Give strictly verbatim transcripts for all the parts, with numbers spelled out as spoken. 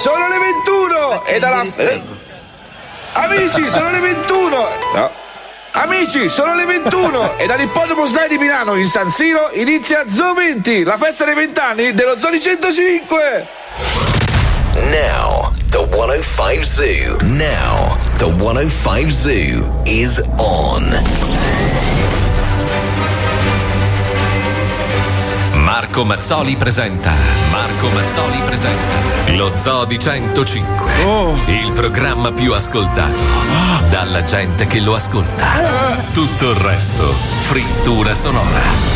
sono le ventuno e dalla... Eh. Amici, sono le ventuno! No. Amici, sono le ventuno e dall'ippodromo S N A I di Milano in San Siro inizia Zoo venti, la festa dei vent'anni dello Zoo di centocinque! Now, the one oh five Zoo. Now, the one oh five Zoo is on. Marco Mazzoli presenta Marco Mazzoli presenta Lo Zoo di centocinque, oh. Il programma più ascoltato dalla gente che lo ascolta. Tutto il resto frittura sonora.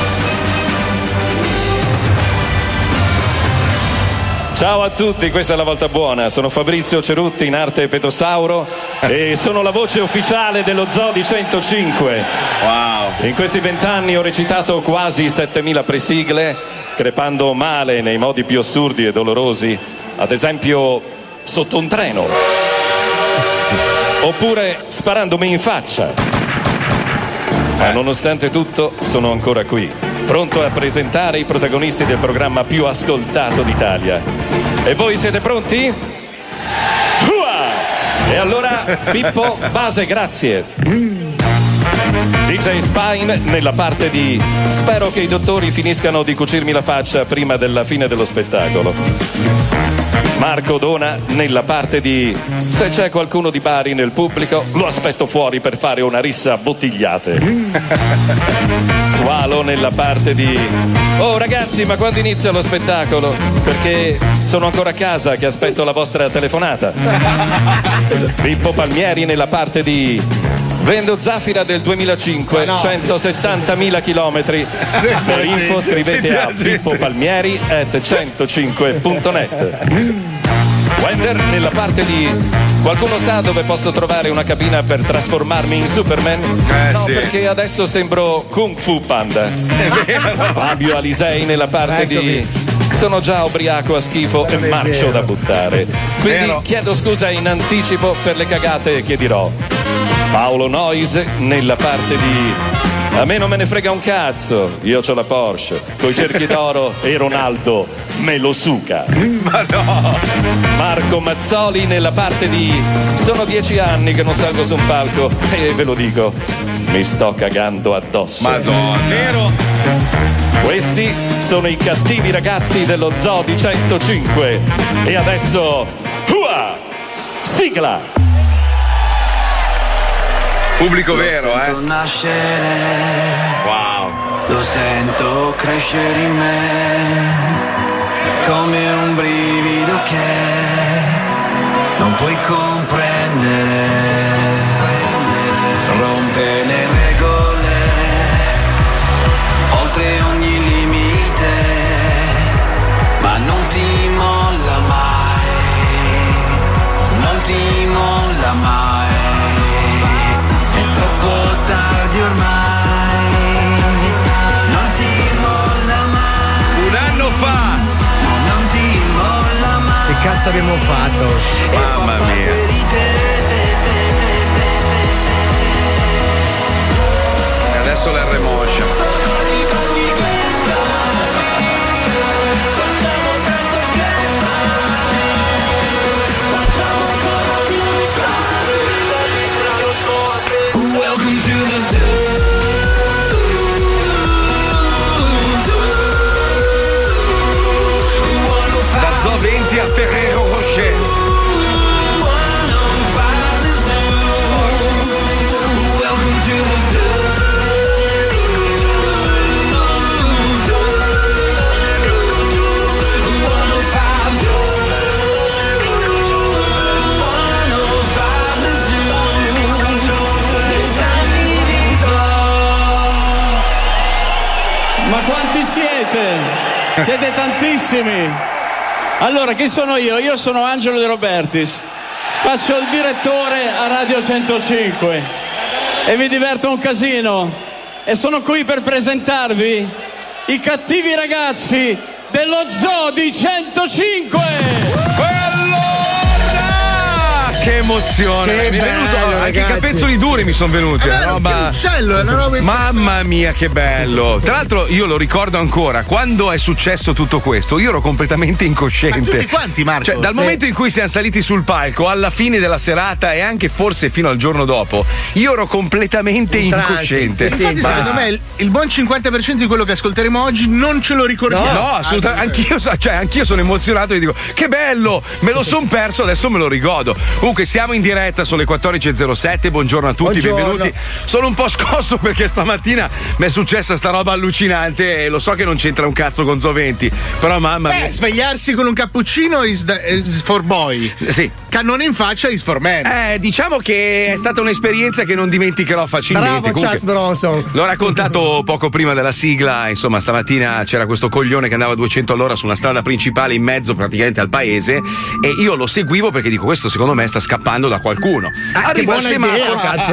Ciao a tutti, questa è La Volta Buona, sono Fabrizio Cerutti in arte Petosauro e sono la voce ufficiale dello Zoo di centocinque. Wow! In questi vent'anni ho recitato quasi settemila presigle, crepando male nei modi più assurdi e dolorosi, ad esempio sotto un treno, oppure sparandomi in faccia. Ma nonostante tutto sono ancora qui, pronto a presentare i protagonisti del programma più ascoltato d'Italia. E voi siete pronti? Uah! E allora, Pippo, base, grazie. D J Spine nella parte di spero che i dottori finiscano di cucirmi la faccia prima della fine dello spettacolo. Marco Dona nella parte di se c'è qualcuno di Bari nel pubblico lo aspetto fuori per fare una rissa a bottigliate. Sualo nella parte di oh ragazzi, ma quando inizia lo spettacolo? Perché sono ancora a casa che aspetto la vostra telefonata. Pippo Palmieri nella parte di vendo Zafira del duemilacinque, no. centosettantamila chilometri. Per info scrivete a pippo palmieri at centocinque punto net. Wender nella parte di qualcuno sa dove posso trovare una cabina per trasformarmi in Superman? Eh, no, sì. Perché adesso sembro Kung Fu Panda. È vero. Fabio Alisei nella parte Eccomi. di sono già ubriaco a schifo e marcio da buttare. Quindi vero. Chiedo scusa in anticipo per le cagate che dirò. Paolo Noyes nella parte di a me non me ne frega un cazzo, io c'ho la Porsche coi cerchi d'oro e Ronaldo me lo suca. Ma no! Marco Mazzoli nella parte di sono dieci anni che non salgo su un palco e ve lo dico, mi sto cagando addosso. Madonna! Vero? Questi sono i cattivi ragazzi dello Zoo di centocinque e adesso uah! Sigla! Pubblico lo vero, sento eh? nascere, wow. Lo sento crescere in me, come un brivido che non puoi comprendere. Rompe le regole, oltre ogni limite, ma non ti molla mai, non ti molla mai. Tardi ormai, non ti molla mai. Un anno fa, non ti molla mai. Che cazzo abbiamo fatto? Mamma mia. E adesso l'R Motion. Zoo venti a Ferrero Rocher. Ma quanti siete? Siete tantissimi. Allora, chi sono io? Io sono Angelo De Robertis, faccio il direttore a Radio centocinque e mi diverto un casino e sono qui per presentarvi i cattivi ragazzi dello Zoo di centocinque. E allora, che emozione! Che mi è venuto, bello, anche ragazzi. i capezzoli duri mi sono venuti. Eh, una un roba... uccello, è una roba. Mamma mia, che bello! Tra l'altro, io lo ricordo ancora quando è successo tutto questo. Io ero completamente incosciente. Ma tutti quanti, Marco? Cioè, dal Sì. momento in cui siamo saliti sul palco, alla fine della serata e anche forse fino al giorno dopo, io ero completamente In transit, incosciente. sì, sì, Infatti, Ma- secondo me il, il buon cinquanta per cento di quello che ascolteremo oggi non ce lo ricordiamo. No, assolutamente. Anch'io, so- cioè, anch'io sono emozionato e dico: che bello! Me lo son perso, adesso me lo rigodo. Comunque, siamo in diretta, sono le quattordici e zero sette. Buongiorno a tutti, Buongiorno. benvenuti. Sono un po' scosso perché stamattina mi è successa sta roba allucinante e lo so che non c'entra un cazzo con Zoventi, però mamma mia. Beh, svegliarsi con un cappuccino is, the- is for boy. Sì. Cannone in faccia is for man. Eh, diciamo che è stata un'esperienza che non dimenticherò facilmente. Bravo Comunque, Charles Bronson. l'ho raccontato poco prima della sigla, insomma, stamattina c'era questo coglione che andava a duecento all'ora su una strada principale in mezzo praticamente al paese e io lo seguivo perché dico questo secondo me sta scappando da qualcuno. Ah, che Arriva al buona semaforo, idea, cazzo.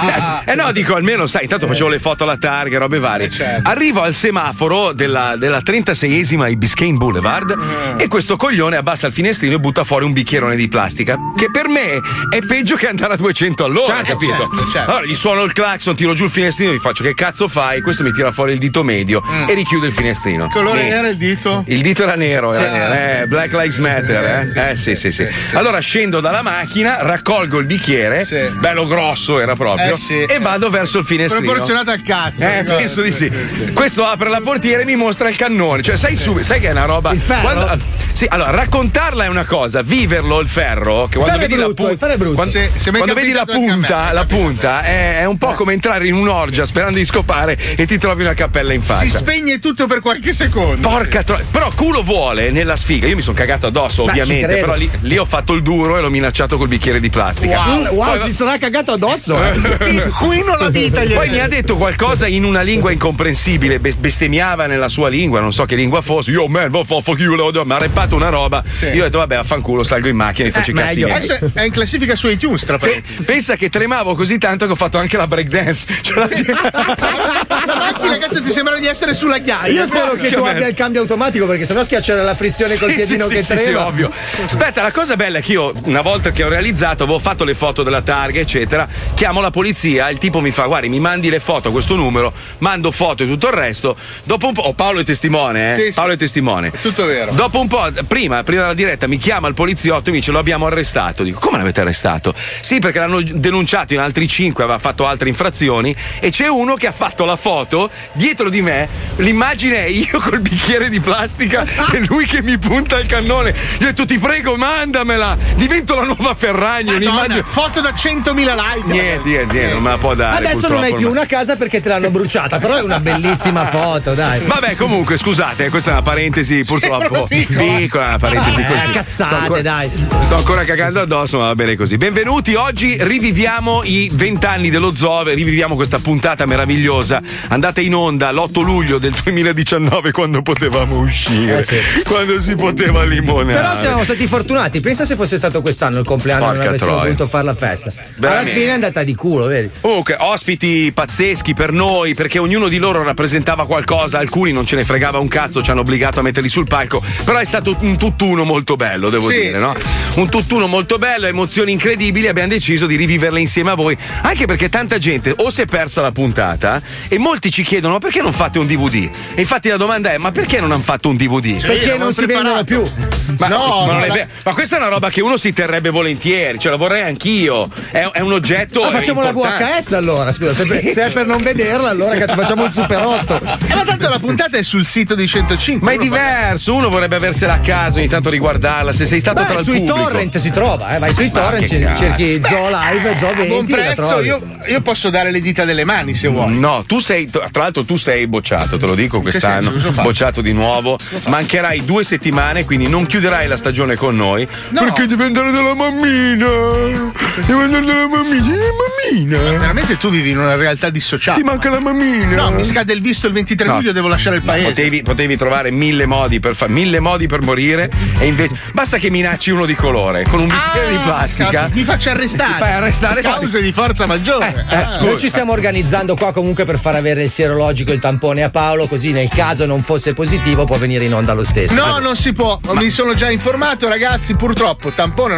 eh no, dico almeno sai, intanto facevo le foto alla targa e robe varie. Eh, certo. Arrivo al semaforo della, della trentaseiesima i Biscayne Boulevard e questo coglione abbassa il finestrino e butta fuori un bicchierone di plastica che per me è peggio che andare a duecento all'ora, Certo, capito? certo, certo. Allora gli suono il clacson, tiro giù il finestrino, gli faccio che cazzo fai? Questo mi tira fuori il dito medio e richiude il finestrino. Colore Niente. era il dito? Il dito era nero, era nero, eh, Black Lives Matter, eh? Eh sì, sì, sì. Allora scendo dalla macchina, raccolgo il bicchiere, Sì. bello grosso era proprio, Eh sì. e vado verso il finestrino. Proporzionato al cazzo. Eh, penso di sì. Questo apre la portiera e mi mostra il cannone. Cioè, sai, su, sai che è una roba. Il ferro? Quando- sì, allora, raccontarla è una cosa, viverlo il ferro, che quando ferro è vedi brutto, la punta. il ferro è brutto. Quando, Sì, se mi è quando vedi la capitato anche a me, punta, mi è la capitato. punta è, è un po' come entrare in un'orgia sperando di scopare e ti trovi una cappella in Si faccia. spegne tutto per qualche secondo. Porca tro- però culo vuole nella sfiga. Io mi sono cagato addosso, Ma ci ovviamente. credo. Però lì, lì ho fatto il duro e l'ho minacciato col bicchiere di plastica. Wow. Mm, wow, Poi- si sarà cagato addosso. eh. Il quino la vita gli Poi mi ha detto qualcosa in una lingua incomprensibile, be- bestemmiava nella sua lingua, non so che lingua fosse. Io, man, va, fa, fuck you, mi ha reppato una roba. Sì. Io ho detto, vabbè, affanculo, salgo in macchina e faccio Eh, i cazzi meglio. miei. Adesso è in classifica su iTunes, tra Sì, parentesi. pensa che tremavo così tanto che ho fatto anche la breakdance. Cioè, la- La macchina, cazzo, ti sembra di essere sulla ghiaia. Io spero che tu Che abbia il cambio automatico perché sennò schiacciare la frizione col Sì, piedino sì, che sì, sì, trema. sì, ovvio. Aspetta, la cosa bella è che io, una volta che ho realizzato, avevo fatto le foto della targa, eccetera, chiamo la polizia, il tipo mi fa, guardi, mi mandi le foto a questo numero, mando foto e tutto il resto. Dopo un po', oh, Paolo è testimone, eh? Sì, sì. Paolo è testimone. Tutto vero. Dopo un po', prima, prima della diretta, mi chiama il poliziotto e mi dice, lo abbiamo arrestato. Dico, come l'avete arrestato? Sì, perché l'hanno denunciato in altri cinque, aveva fatto altre infrazioni e c'è uno che ha fatto la foto dietro di me, l'immagine è io col bicchiere di plastica e lui che mi punta il cannone. Io ho detto, ti prego, mandamela, divento la nuova Ferragni, Madonna, un'immagine. foto da centomila like. Niente, niente, niente, non me la può dare. Adesso non hai purtroppo, più ormai. una casa perché te l'hanno bruciata, però è una bellissima foto, dai. Vabbè, comunque, scusate, questa è una parentesi purtroppo proprio piccola. piccola, una parentesi Eh, così. cazzate, Sto ancora- dai. Sto ancora cagando addosso, ma va bene così. Benvenuti, oggi riviviamo i vent'anni dello Zoo, riviviamo questa puntata meravigliosa. Andata in onda l'otto luglio del duemiladiciannove quando potevamo uscire, Eh sì. quando si poteva limonare. Però siamo stati fortunati. Pensa se fosse stato quest'anno il compleanno e non Porca avessimo troia. dovuto fare la festa. Alla Veramente. fine è andata di culo, vedi? Comunque, ospiti pazzeschi per noi, perché ognuno di loro rappresentava qualcosa, alcuni non ce ne fregava un cazzo, ci hanno obbligato a metterli sul palco, però è stato un tutt'uno molto bello, devo Sì, dire, no? Un tutt'uno molto bello, emozioni incredibili, abbiamo deciso di riviverle insieme a voi, anche perché tanta gente o si è persa la puntata e molti ci chiedono ma perché non fate un D V D? E infatti la domanda è ma perché non hanno fatto un D V D? Perché l'avevo non si vendono preparato. più. Ma, No, ma non no, è la- vero. Ma questa è una roba che uno si terrebbe volentieri, cioè la vorrei anch'io. È, è un oggetto. Ma facciamo la importante. V H S allora, scusa, se, per, se è per non vederla, allora cazzo facciamo il Super otto. Eh, ma tanto la puntata è sul sito di centocinque. Ma è uno diverso, uno vorrebbe aversela a casa ogni tanto riguardarla. Se sei stato Beh, tra il sui pubblico. torrent si trova, eh, vai sui Ma torrent, che ce- cazzo. cerchi Zoo Live, Zoo fa- a buon venti e la prezzo, trovi. io, io posso dare le dita delle mani se vuoi. No, tu sei, tra l'altro tu sei bocciato, te lo dico quest'anno, senso? Cosa ho fatto? bocciato di nuovo, mancherai due settimane, quindi non chiuderai la stagione con noi, No. perché devi andare dalla mammina, devi andare dalla mammina, eh, mammina, Veramente tu vivi in una realtà dissociata. ti manca la mammina. No, mi scade il visto il ventitré No. luglio, devo lasciare il No, paese. potevi, potevi trovare mille modi per fa- mille modi per morire e invece basta che minacci uno di colore con un bicchiere Ah, di plastica. cap- mi faccia arrestare. Ti fai arrestare. Cause di forza maggiore. Eh, Ah. Noi ci stiamo organizzando qua comunque per far avere il sierologico, il tampone a Paolo, così nel caso non fosse positivo può venire in onda lo stesso. No, non si può. Mi sono già informato, ragazzi. Purtroppo, tampone o non tampone,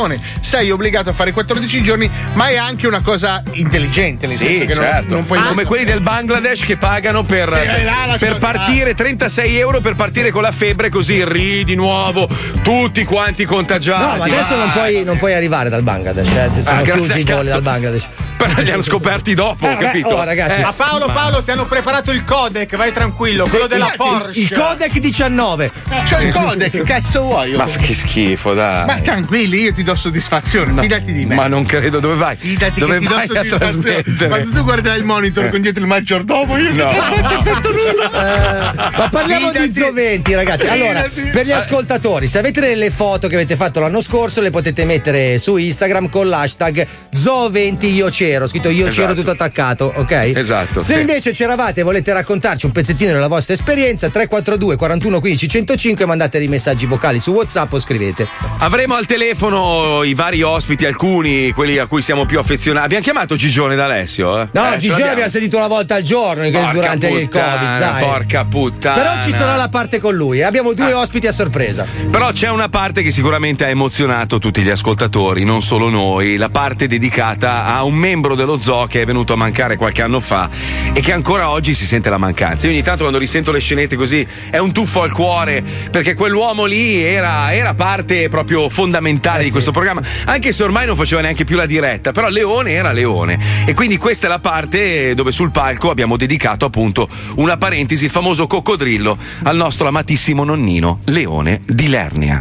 maratone, sei obbligato a fare quattordici giorni, ma è anche una cosa intelligente, nel Sì, senso che certo. non, non puoi. Ah, come quelli del Bangladesh che pagano per, Sì, là, lascia per partire trentasei euro per partire con la febbre, così ri di nuovo tutti quanti contagiati. No, ma adesso non puoi, non puoi arrivare dal Bangladesh, eh. sono Ah, grazie chiusi i al voli cazzo. dal Bangladesh. Però li hanno scoperti dopo, Eh, vabbè, capito? oh, ragazzi. Eh, Ma Paolo, ma- Paolo, ti hanno preparato il codec, vai tranquillo, quello della esatto, Porsche. Il codec diciannove. C'ho il codec, cazzo vuoi? Ma che schifo, dai. Ma tranquilli, io ti do soddisfazione, fidati di me. Ma non credo, dove vai? Fidati dove che ti do vai a soddisfazione. trasmettere? Quando tu guarderai il monitor con dietro il maggiordomo, io No. non ho fatto nulla. Ma parliamo Fidati. di Zoo venti, ragazzi. Allora, Fidati. per gli ascoltatori, se avete delle foto che avete fatto l'anno scorso, le potete mettere su Instagram con l'hashtag Zoo venti io c'ero, scritto io Esatto. c'ero tutto attaccato, ok? Esatto, Se sì. invece c'eravate e volete raccontarci un pezzettino della vostra esperienza, tre quattro due quarantuno quindici centocinque, mandate i messaggi vocali su WhatsApp o scrivete. Avremo al telefono i vari ospiti, alcuni, quelli a cui siamo più affezionati. Abbiamo chiamato Gigione d'Alessio? Eh? No, eh, ce Gigione l'abbiamo. abbiamo sentito una volta al giorno in- Porca durante il puttana, Covid, dai. Porca puttana. Però ci sarà la parte con lui e abbiamo due ospiti a sorpresa. Però c'è una parte che sicuramente ha emozionato tutti gli ascoltatori, non solo noi, la parte dedicata a un membro dello zoo che è venuto a mancare qualche anno fa e che ancora oggi si sente la mancanza. Io ogni tanto quando risento le scenette così è un tuffo al cuore, perché quell'uomo lì era, era parte proprio fondamentale Eh di sì. questo programma, anche se ormai non faceva neanche più la diretta, però Leone era Leone. E quindi questa è la parte dove sul palco abbiamo dedicato appunto una parentesi, il famoso coccodrillo, al nostro amatissimo nonnino Leone di Lernia.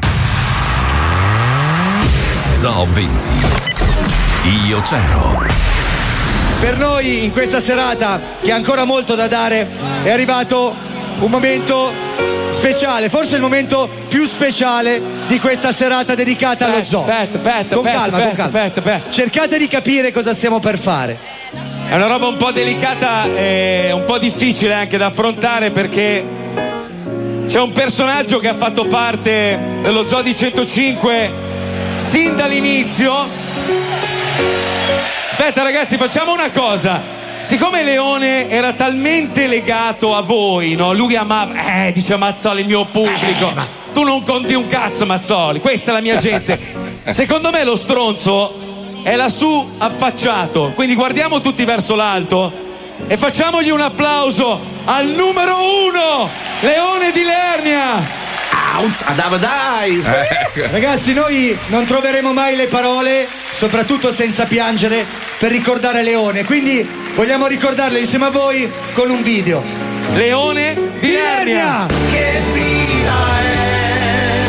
Zoo venti. Io c'ero. Per noi in questa serata, che ha ancora molto da dare, è arrivato un momento speciale, forse il momento più speciale di questa serata dedicata allo zoo. Aspetta, aspetta, con aspetta, calma, aspetta, con calma. aspetta, aspetta. Cercate di capire cosa stiamo per fare. È una roba un po' delicata e un po' difficile anche da affrontare, perché c'è un personaggio che ha fatto parte dello Zoo di centocinque sin dall'inizio. Aspetta ragazzi, facciamo una cosa. Siccome Leone era talmente legato a voi, no? Lui amava, eh, dice Mazzoli, il mio pubblico. Tu non conti un cazzo, Mazzoli, questa è la mia gente. Secondo me lo stronzo è lassù affacciato, quindi guardiamo tutti verso l'alto e facciamogli un applauso al numero uno, Leone di Lernia. Dai! Ragazzi, noi non troveremo mai le parole, soprattutto senza piangere, per ricordare Leone. Quindi vogliamo ricordarle insieme a voi con un video. Leone di, Di Lernia. Lernia! Che vita è?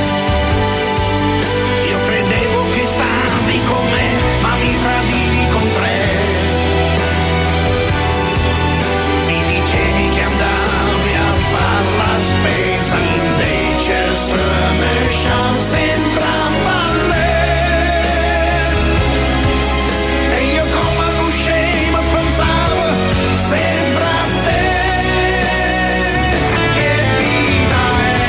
Io credevo che stavi con me, ma mi tradivi con tre. Mi dicevi che andavi a far la spesa, invece se me sembra e io come non scemo pensavo sembra te. Che vita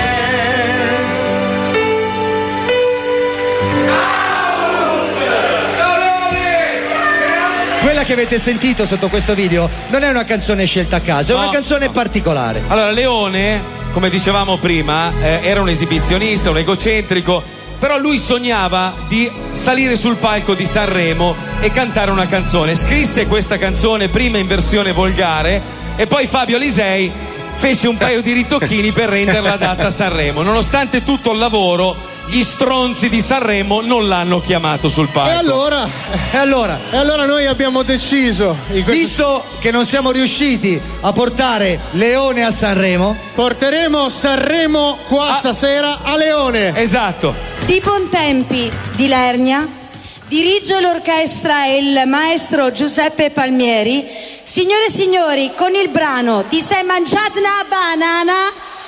Quella che avete sentito sotto questo video non è una canzone scelta a caso, è No, una canzone particolare. Allora, Leone, come dicevamo prima, eh, era un esibizionista, un egocentrico, però lui sognava di salire sul palco di Sanremo e cantare una canzone. Scrisse questa canzone prima in versione volgare e poi Fabio Alisei fece un paio di ritocchini per renderla adatta a Sanremo. Nonostante tutto il lavoro, gli stronzi di Sanremo non l'hanno chiamato sul palco. E allora? E allora? E allora noi abbiamo deciso, in questo... Visto che non siamo riusciti a portare Leone a Sanremo, porteremo Sanremo qua Ah. stasera a Leone. Esatto. Di Bontempi di Lernia, dirige l'orchestra il maestro Giuseppe Palmieri. Signore e signori, con il brano Ti sei mangiata una banana,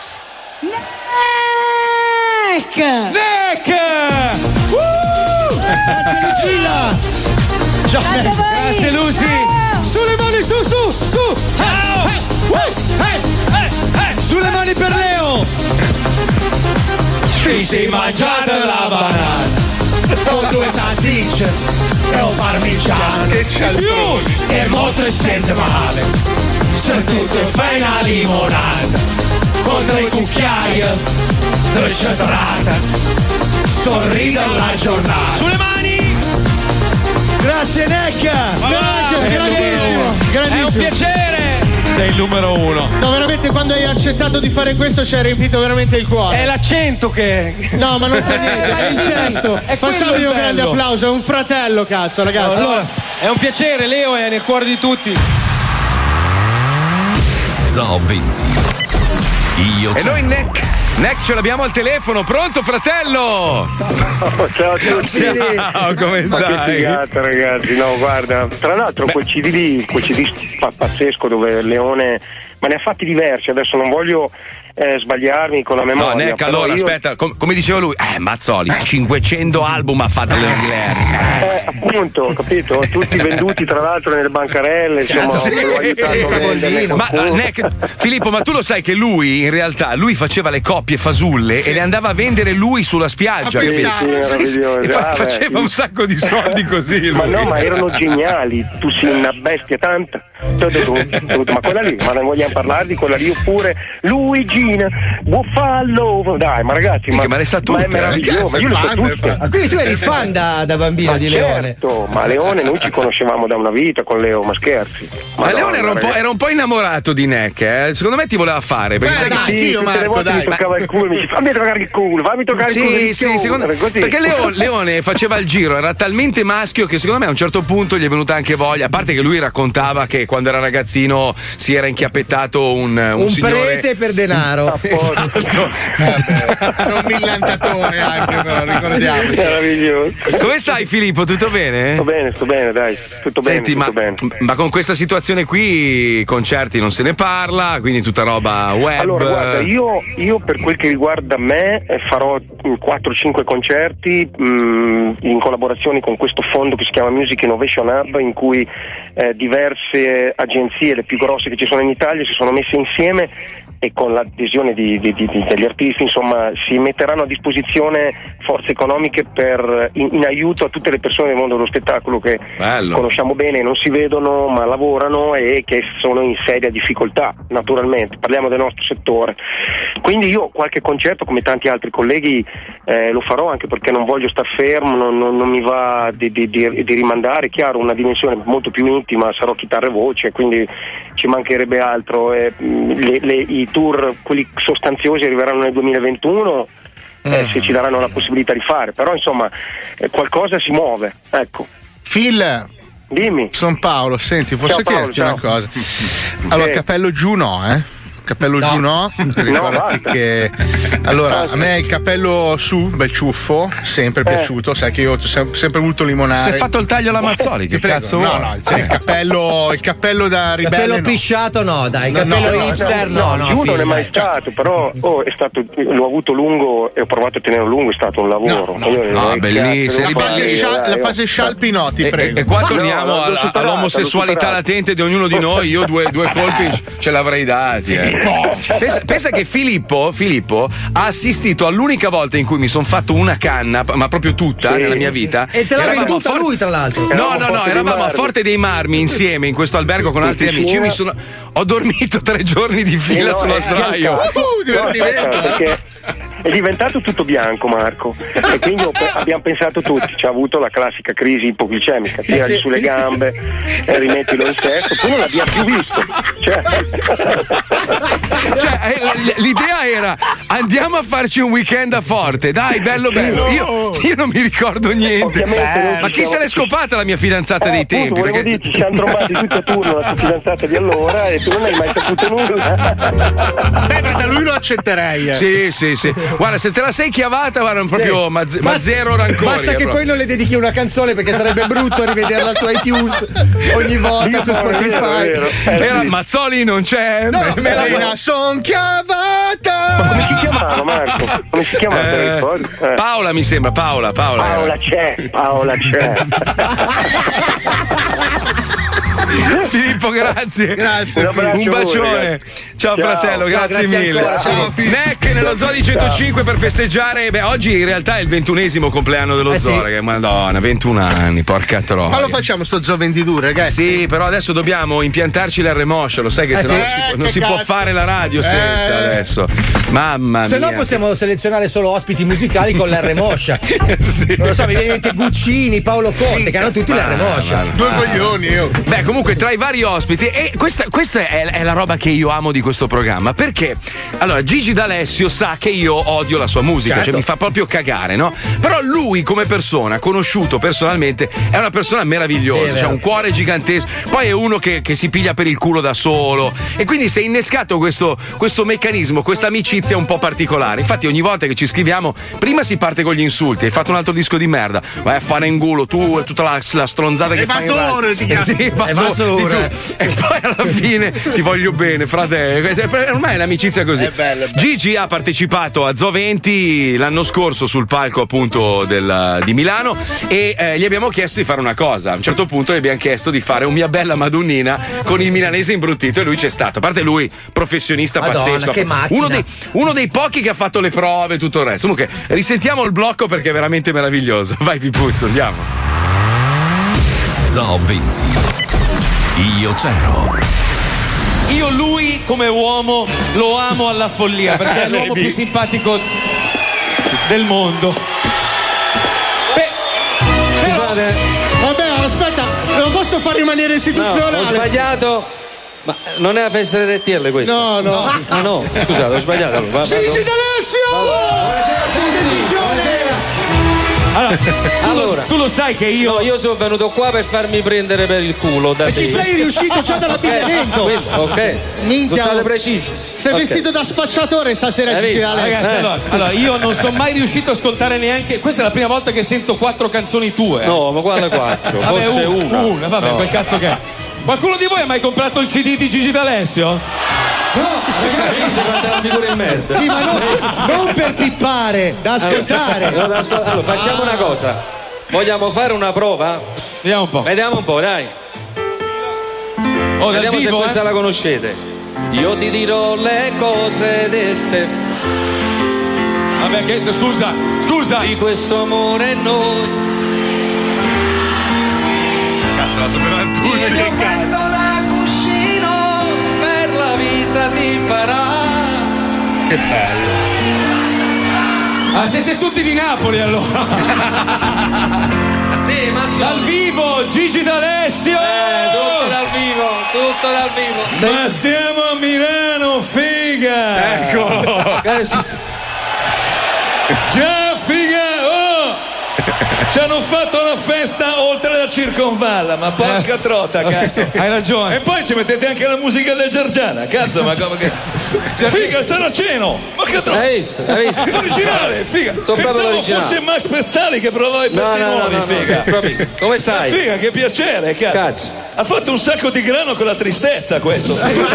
Neck! Neck! Uh! Grazie Lucilla! Ciao. Grazie a voi! Grazie Lucy! Ciao! Sulle mani, su, su, su! Ciao! Hey, hey, hey, hey, hey. Sulle mani per Leo! Ti sei mangiata la banana! Con due salsicce e un parmigiano Che cialtrone! e molto sente male. Se tu ti fai una limonata con tra i cucchiai, scetrata, sorride alla giornata. Sulle mani! Grazie Neck! Grazie, grandissimo, grandissimo. È un piacere! Sei il numero uno. No, veramente quando hai accettato di fare questo ci hai riempito veramente il cuore. È l'accento che. No, ma non fa niente, è il gesto. Facciamogli un grande applauso, è un fratello, cazzo, ragazzi. Allora, è un piacere, Leo è nel cuore di tutti. Zoo venti. Io e noi Neck, Neck ce l'abbiamo al telefono, pronto fratello? Ciao a tutti. Ciao, come Ma stai? che figata, ragazzi, no guarda, tra l'altro quel C D lì, quel C D pa- pazzesco dove Leone, ma ne ha fatti diversi, adesso non voglio eh, sbagliarmi con la memoria. No, Neck, però allora, io... aspetta, com- come diceva lui, eh, Mazzoli, cinquecento album ha fatto Leone Ghirelli. Eh, appunto, capito? Tutti venduti tra l'altro nelle bancarelle, insomma, Sì, l'ho aiutato sì, a venderne ma qualcuno. ah, Neck, Filippo, ma tu lo sai che lui in realtà lui faceva le coppie fasulle e le andava a vendere lui sulla spiaggia. Sì, sì, meraviglioso. E fa- Ah, faceva beh, un sacco di soldi così. Lui. Ma no, ma erano geniali, tu sei una bestia tanta. T'ho detto, t'ho detto, ma quella lì, ma non vogliamo parlare di quella lì oppure Luigina, Buffalo, dai, ma ragazzi, ma, ma le sa ma tutte, è meraviglioso, ma io le so tutte. Ah, quindi tu eri fan da, da bambino Ma di Leone? certo, ma Leone noi ci conoscevamo da una vita con Leo, ma scherzi. Ma Madonna, Leone era un, po', ragazzi. era un po' innamorato di Neck, eh? Secondo me ti voleva fare. Perché sai che- Sì, tutte le volte mi toccava il culo, mi dice fammi toccare il culo, fammi toccare il culo. Sì, sì, secondo me. Perché Leo- Leone faceva il giro, era talmente maschio che secondo me a un certo punto gli è venuta anche voglia. A parte che lui raccontava che quando era ragazzino si era inchiappettato un, un, Un signore... prete per denaro. Esatto. Era un millantatore anche, però, ricordiamo. Meraviglioso. Come stai Filippo? Tutto bene? Sto bene, sto bene, dai, tutto bene, Senti, tutto ma, bene. ma con questa situazione qui concerti non se ne parla, quindi tutta roba web. Allora, guarda, io, io per quel che riguarda me eh, farò quattro cinque concerti mh, in collaborazione con questo fondo che si chiama Music Innovation Hub, in cui eh, diverse agenzie, le più grosse che ci sono in Italia, si sono messe insieme e con l'adesione di, di, di, degli artisti, insomma, si metteranno a disposizione forze economiche per, in, in aiuto a tutte le persone del mondo dello spettacolo che Bello. conosciamo bene, non si vedono ma lavorano e che sono in seria difficoltà, naturalmente, parliamo del nostro settore. Quindi io qualche concerto, come tanti altri colleghi, eh, lo farò, anche perché non voglio star fermo, non, non, non mi va di, di, di, di rimandare, chiaro, una dimensione molto più intima, sarò chitarra e voce, quindi ci mancherebbe altro. Eh, le, le, i tour, quelli sostanziosi, arriveranno nel duemilaventuno, eh, se ci daranno la possibilità di fare, però insomma eh, qualcosa si muove, ecco. Phil, dimmi. Sono Paolo, senti, posso Ciao, Paolo, chiederti ciao. una cosa? Allora, Sì. capello giù no, eh? Capello No. giù no, ricordati basta. che allora a me il capello su, bel ciuffo, sempre Eh. piaciuto, sai che io ho sempre, sempre voluto limonare. Si è fatto il taglio alla Mazzoli, che Ti prego, cazzo no, vuoi? no, cioè, il cappello, il cappello da ribelle. Capello no. pisciato no, dai, No, capello no, no, hipster no, no, giù non figlio, è mai dai. stato, però oh, è stato, l'ho avuto lungo e ho provato a tenerlo lungo, è stato un lavoro. No, no, Io- no, eh, bellissimo. cazzo, La non fase, fai, scia- dai, la fase oh. scialpi no, ti E, prego. e qua No, torniamo no, l'ho alla- superato, all'omosessualità l'ho superato. latente di ognuno di noi. Io due, due colpi ce l'avrei dati. eh. Pensa, pensa che Filippo, Filippo ha assistito all'unica volta in cui mi sono fatto una canna, ma proprio tutta Sì. nella mia vita. E te l'ha Eravamo venduta a For- lui, tra l'altro. No, Eravamo no, a no, Forte dei eravamo a Marmi. Forte dei Marmi insieme in questo albergo con altri Sì, amici. Io sì. mi sono, ho dormito tre giorni di Sì, fila no, sulla è sdraio. diventato- Uh, no, divertimento, aspetta, eh. perché è diventato tutto bianco, Marco, e quindi ho pe- abbiamo pensato tutti, ci ha avuto la classica crisi ipoglicemica, tirali Sì. sulle gambe e rimettilo in sesto, poi non l'abbiamo più visto, cioè, Cioè, eh, l- l'idea era andiamo a farci un weekend a Forte, dai, bello bello. Io, io non mi ricordo niente. Ovviamente non Ma ci chi siamo- se l'è scopata la mia fidanzata Eh, dei appunto, tempi? volevo perché- dirti, ci siamo trovati tutti a turno la tua fidanzata di allora e tu non hai mai saputo nulla. Beh, ma da lui lo accetterei. eh. Sì, sì, sì. Guarda, se te la sei chiavata, guarda, proprio ma, ma Basta- zero rancore. Basta che proprio. poi non le dedichi una canzone perché sarebbe brutto rivederla su iTunes ogni volta su Io, è Spotify. vero, è vero. Eh, Era sì. Mazzoli non c'è. No, me- me la- Marina, son chiavata. Ma come si chiamava, Marco? Come si chiamava? te lo Eh, ricordi? Eh. Paola mi sembra, Paola, Paola. era. Paola c'è, Paola c'è. Filippo, grazie. Grazie. Un, Filippo. un bacione. Ciao, Ciao. fratello, Ciao, grazie, grazie mille. ancora. Ciao, Neck nello Zoo di centocinque per festeggiare. Beh, oggi in realtà è il ventunesimo compleanno dello Eh, Zoo, sì. ragazzi. Madonna, ventuno anni, porca troia. Ma lo facciamo sto Zoo ventidue, ragazzi? Sì, però adesso dobbiamo impiantarci l'R Moscia, lo sai che Eh, sennò sì. non si, può, Eh, non che si può cazzo. fare la radio senza Eh. adesso. Mamma mia. Se no possiamo selezionare solo ospiti musicali con l'R Moscia. Sì. Non lo so, mi viene in mente Guccini, Paolo Conte, che hanno tutti l'R Moscia. Due coglioni io. Beh, comunque, tra i vari ospiti, e questa, questa è, è la roba che io amo di questo programma. Perché allora Gigi D'Alessio sa che io odio la sua musica, Certo. cioè mi fa proprio cagare, no? Però lui, come persona, conosciuto personalmente, è una persona meravigliosa, Sì, è cioè vero. un cuore gigantesco. Poi è uno che, che si piglia per il culo da solo. E quindi si è innescato questo, questo meccanismo, questa amicizia un po' particolare. Infatti, ogni volta che ci scriviamo, prima si parte con gli insulti. Hai fatto un altro disco di merda, vai a fare in culo, tu e tutta la, la stronzata che fai. in radio. Evasore, ti Eh chiama. sì, evasore. E poi alla fine ti voglio bene, frate. Ormai è un'amicizia così. È bello, è bello. Gigi ha partecipato a Zoo venti l'anno scorso sul palco appunto del, di Milano e eh, gli abbiamo chiesto di fare una cosa. A un certo punto gli abbiamo chiesto di fare un Mia Bella Madonnina con il milanese imbruttito e lui c'è stato. A parte lui, professionista Madonna, pazzesco. che macchina. Uno dei, uno dei pochi che ha fatto le prove e tutto il resto. Comunque, risentiamo il blocco perché è veramente meraviglioso. Vai Pipuzzo, andiamo. Zoo venti. Io c'ero. Io lui come uomo lo amo alla follia perché è l'uomo Vedi? più simpatico del mondo. Beh, Scusate, Vabbè, aspetta, lo posso far rimanere no, istituzionale? ho sbagliato. Ma non è a festa R T L questo? No, no. Ah no, scusate, ho sbagliato. Va- vado- Gigi D'Alessio! allora, tu, Allora. lo, tu lo sai che io No, io sono venuto qua per farmi prendere per il culo da E te. ci sei riuscito già dall'abbigliamento. Quindi, ok. Minchia. State precisi. Sei Ok. vestito da spacciatore stasera, Hai Gigi visto? D'Alessio. Ragazzi, Eh. allora, allora, io non sono mai riuscito a ascoltare neanche. Questa è la prima volta che sento quattro canzoni tue. eh. No, ma quale quattro? Vabbè, Forse un- una. una, vabbè, No. quel cazzo che è. Qualcuno di voi ha mai comprato il C D di Gigi D'Alessio? Fate la figura in merda. Sì, ma non, non per pippare, da ascoltare. Allora, da ascol- allora, facciamo una cosa. Vogliamo fare una prova? Vediamo un po'. Vediamo un po', dai. Oh, dal Vediamo vivo, se questa eh? la conoscete. Io ti dirò le cose dette Vabbè, che, scusa, scusa. di questo amore e noi. Cazzo, la sapevano Il tutti. mio petto da cuscino per la vita ti farà. Che bello. Ah, siete tutti di Napoli allora. Sì, Mazzoli. Dal vivo, Gigi D'Alessio. Eh, tutto dal vivo, tutto dal vivo. Ma siamo a Milano, figa. Eccolo. Eh, sì. Già, figa. Oh. Ci hanno fatto una festa oltre la circonvalla, ma porca trota, cazzo. Hai ragione. E poi ci mettete anche la musica del Giorgiana, cazzo, ma come che. Figa, Saraceno! Ma che trota! Hai visto? Hai visto? L'originale, figa! Sono proprio Pensavo l'originale. fosse Max Pezzali che provava i No, pezzi no, no, nuovi, no, no, figa! proprio. Come stai? Ma figa, che piacere, cazzo. Cazzo. Ha fatto un sacco di grano con la tristezza questo.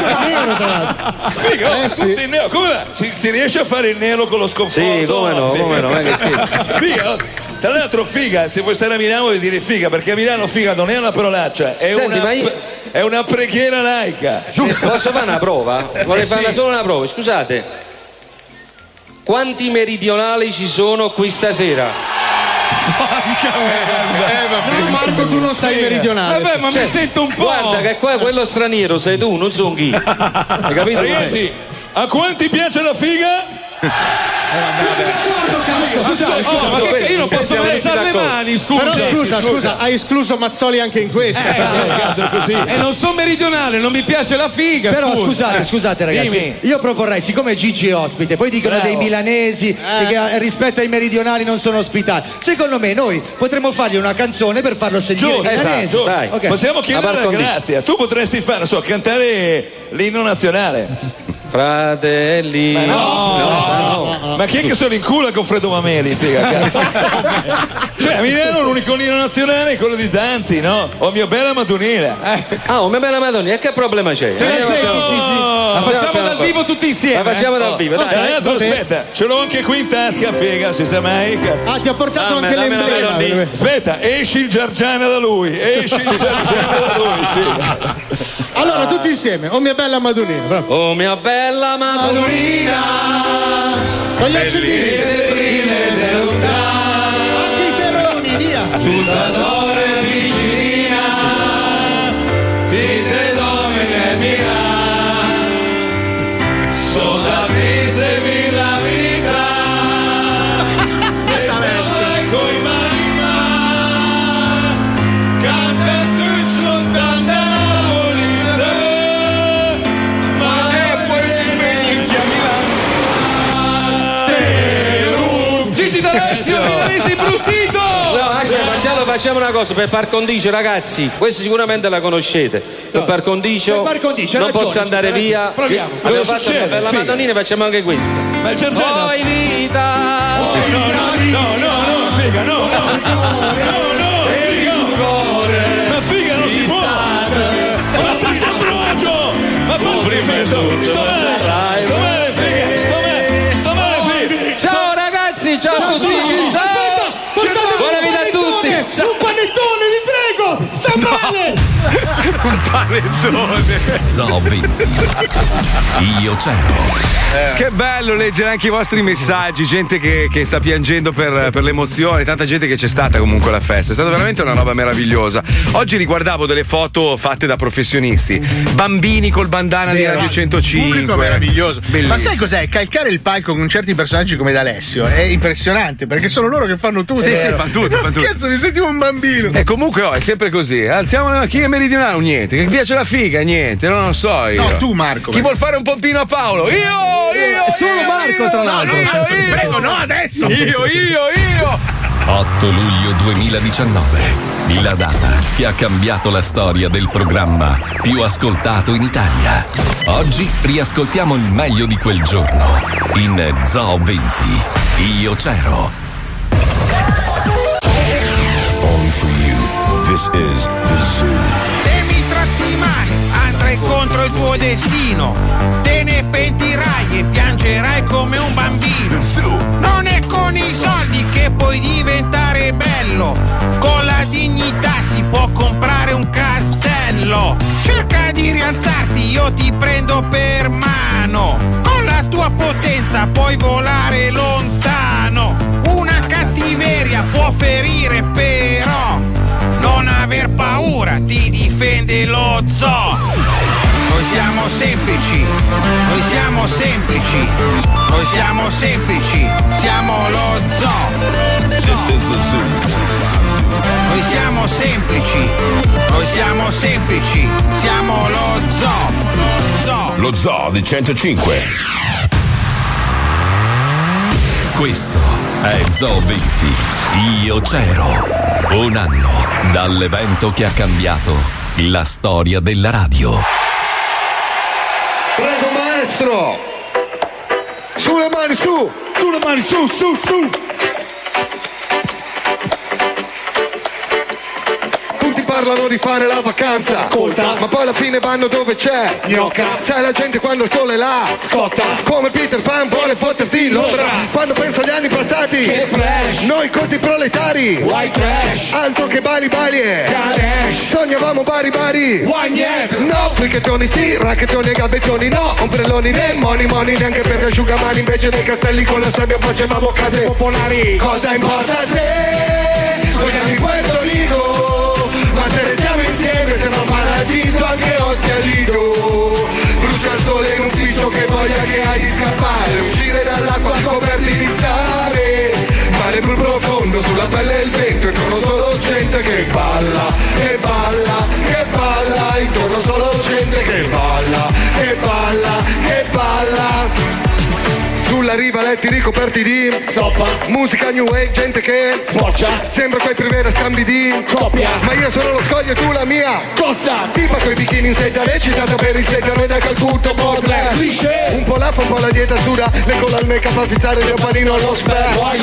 Figa, oh, Eh, sì. tutto in nero. Come va? Si, si riesce a fare il nero con lo sconforto? Sì, come no, Figa. come no, ma che schifo. Figa, oh. Tra l'altro figa, se vuoi stare a Milano vuoi dire figa, perché a Milano figa non è una parolaccia, è, Senti, una, ma io- è una preghiera laica. Posso fare una prova? Vorrei sì. fare solo una prova. Scusate, quanti meridionali ci sono qui stasera? Però Marco, tu non sei meridionale. Vabbè, ma Cioè, mi sento un po'. Guarda che qua quello straniero sei tu, non sono chi. Hai capito? Ragazzi, a quanti piace la figa? Scusa, Oh, ma che io non posso Siamo messi alzare le d'accordo. mani, scusa. Però scusa, scusa, hai escluso Mazzoli anche in questo. E non sono meridionale, non mi piace la figa. Però scusa. scusate, scusate ragazzi, Dimmi. io proporrei, siccome Gigi è ospite, poi dicono Bravo. dei milanesi che eh, rispetto ai meridionali non sono ospitati. Secondo me noi potremmo fargli una canzone per farlo sentire Giusto, milanese. esatto, dai. Ok. Possiamo chiedere A la par condicio. grazia. Tu potresti fare, non so, cantare l'inno nazionale. Fratelli. Ma no, no, no. Ma chi è che se lo incula con Fredo Mameli, figa, cazzo? Cioè, a Milano l'unico inno nazionale è quello di Danzi, no? O mia bella Madonnina. Ah, oh, mia bella Madonna, e che problema c'è? Se la Andiamo senti, a- Gigi? La facciamo dal vivo tutti insieme. La facciamo eh? dal vivo, dai. Okay, dai, dai, aspetta, ce l'ho anche qui in tasca, figa, si sa mai. Ah, ti ha portato Dammi, anche dammi l'emblema. Aspetta, esci il Giargiana da lui, esci il Giargiana da lui, figa. Allora, tutti insieme, oh mia bella Madonnina. Bravo. Oh mia bella Madonnina. Con gli accendini. Anche i terroni, via. Tutta d'ore vicina, ti sei dominata, sola ti segui la vita, se stai coi mani ma, canta tu soltanto volisse, ma e poi mi chiami Gigi D'Alessio, Milanesi bruttito! No, aspetta, facciamo, facciamo una cosa, per par condicio, ragazzi, questo sicuramente la conoscete. Per par condicio, Per par condicio, hai non ragione, posso andare scusa, hai via. ragione. Proviamo. Abbiamo Cosa fatto succede? per la Figa. Madonnina, facciamo anche questa. Ma il Giargiana... Poi vita. No, no, no, no, no, figa, no, no, no, no, figa. Ma figa non si può. Ma Sant'Ambrogio! Ma fa un rimetto. Sto male, sto male, figa, sto male, sto male, figa. Ciao ragazzi, ciao a tutti. Ciao. Buona vita a tutti. Ciao. Un panettone, vi prego! Sta male! Un panettone. Zoo venti. Io c'ero. Che bello leggere anche i vostri messaggi, gente che, che sta piangendo per, per l'emozione, tanta gente che c'è stata comunque alla festa, è stata veramente una roba meravigliosa. Oggi riguardavo delle foto fatte da professionisti, bambini col bandana di Radio centocinque. Pubblico meraviglioso. Bellissimo. Ma sai cos'è? Calcare il palco con certi personaggi come D'Alessio è impressionante perché sono loro che fanno tutto. Sì, sì, fanno tutto, fanno tutto. Cazzo, mi sentivo un bambino. E comunque oh, è sempre così. Alziamo chi è meridionale? Niente. Che piace la figa? Niente, non lo so io. No, tu Marco. Chi vuol fare un pompino a Paolo? Io, io. È solo io, Marco, io. tra l'altro. No, no, io, io. Prego, no, adesso. Io, io, io. otto luglio duemiladiciannove. La data che ha cambiato la storia del programma più ascoltato in Italia. Oggi riascoltiamo il meglio di quel giorno in Zoo venti. Io c'ero. Only for you. This is the Zoo. Se mi tratti male, andrai contro il tuo destino. Te ne pentirai e piangerai come un bambino. Non è con i soldi che puoi diventare bello. Con la dignità si può comprare un castello. Cerca di rialzarti, io ti prendo per mano. Con la tua potenza puoi volare lontano. Una cattiveria può ferire, però non aver paura, ti difende lo zoo. Noi siamo semplici, noi siamo semplici, noi siamo semplici, siamo lo zoo. Noi siamo semplici, noi siamo semplici, siamo lo zoo. Zoo. Lo Zoo di centocinque. Questo è Zoo venti. Io c'ero. Un anno dall'evento che ha cambiato la storia della radio. Prego maestro! Sulle mani su! Sulle mani su, su, su! Tutti parlano di fare la vacanza, Ascolta. ma poi alla fine vanno dove c'è Gnocca. Sai la gente quando il sole è là Scotta. come Peter Pan vuole fotterti in Londra. Quando penso agli anni passati, Che flash. noi così proletari, White trash. altro che bali bali e Ganesh. sognavamo bari bari. Wagner. No, fricchettoni sì, racchettoni e gavettoni no, ombrelloni né money money, neanche per gli asciugamani, invece dei castelli con la sabbia facevamo case Popolari. Cosa importa se sogniamo in Puerto Rico, ma se restiamo insieme sembra un paradiso anche Ostia Lido. Brucia il sole in ufficio, che voglia che hai di scappare, uscire dall'acqua coperti di sale, mare blu profondo sulla pelle e il vento, intorno solo gente che balla, che balla, che balla, intorno solo gente che balla, che balla, che balla. Sulla riva letti ricoperti di Sofa. musica new wave, gente che Sboccia. sembra quei primeri scambi di Coppia. ma io sono lo scoglio e tu la mia Cozza. tipa coi bikini in seta recitata per il setano da Calcutta Baudelaire. Cliché. Un po' l'afa, un po' la dieta suda, le cola al make up a fissare il mio panino allo spec.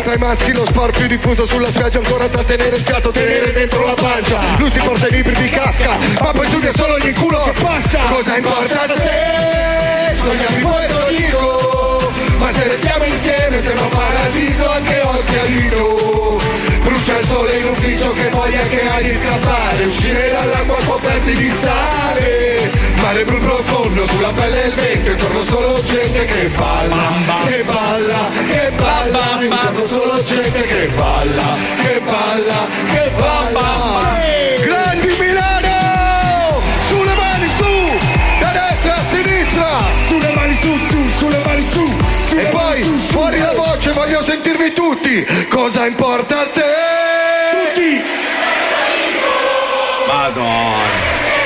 tra i maschi lo sport più diffuso sulla spiaggia, ancora trattenere il fiato, tenere dentro la pancia. Lui si porta i libri di Kafka, ma poi studia solo gli culo che passa. Cosa importa se sogniamo fuori lo dico, ma se restiamo insieme sembra un paradiso anche Oscarino. Brucia il sole in ufficio che voglia che hai di scappare, uscire dall'acqua coperti di sale, mare blu profondo sulla pelle e il vento, intorno solo gente che balla, che balla, che balla, intorno solo gente che balla, che balla, che balla. Grandi Milano! Sulle mani su! Da destra a sinistra! Sulle mani su, su, sulle mani su! E poi fuori la voce, voglio sentirvi tutti! Cosa importa se... Tutti! Madonna!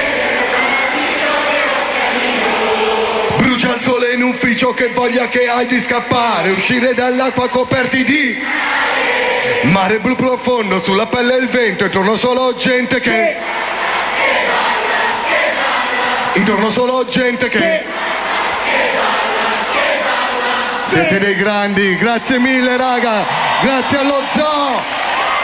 Brucia il sole in ufficio che voglia che hai di scappare, uscire dall'acqua coperti di mare blu profondo sulla pelle e il vento, intorno solo gente che intorno solo gente che siete dei grandi, grazie mille raga, grazie allo zoo.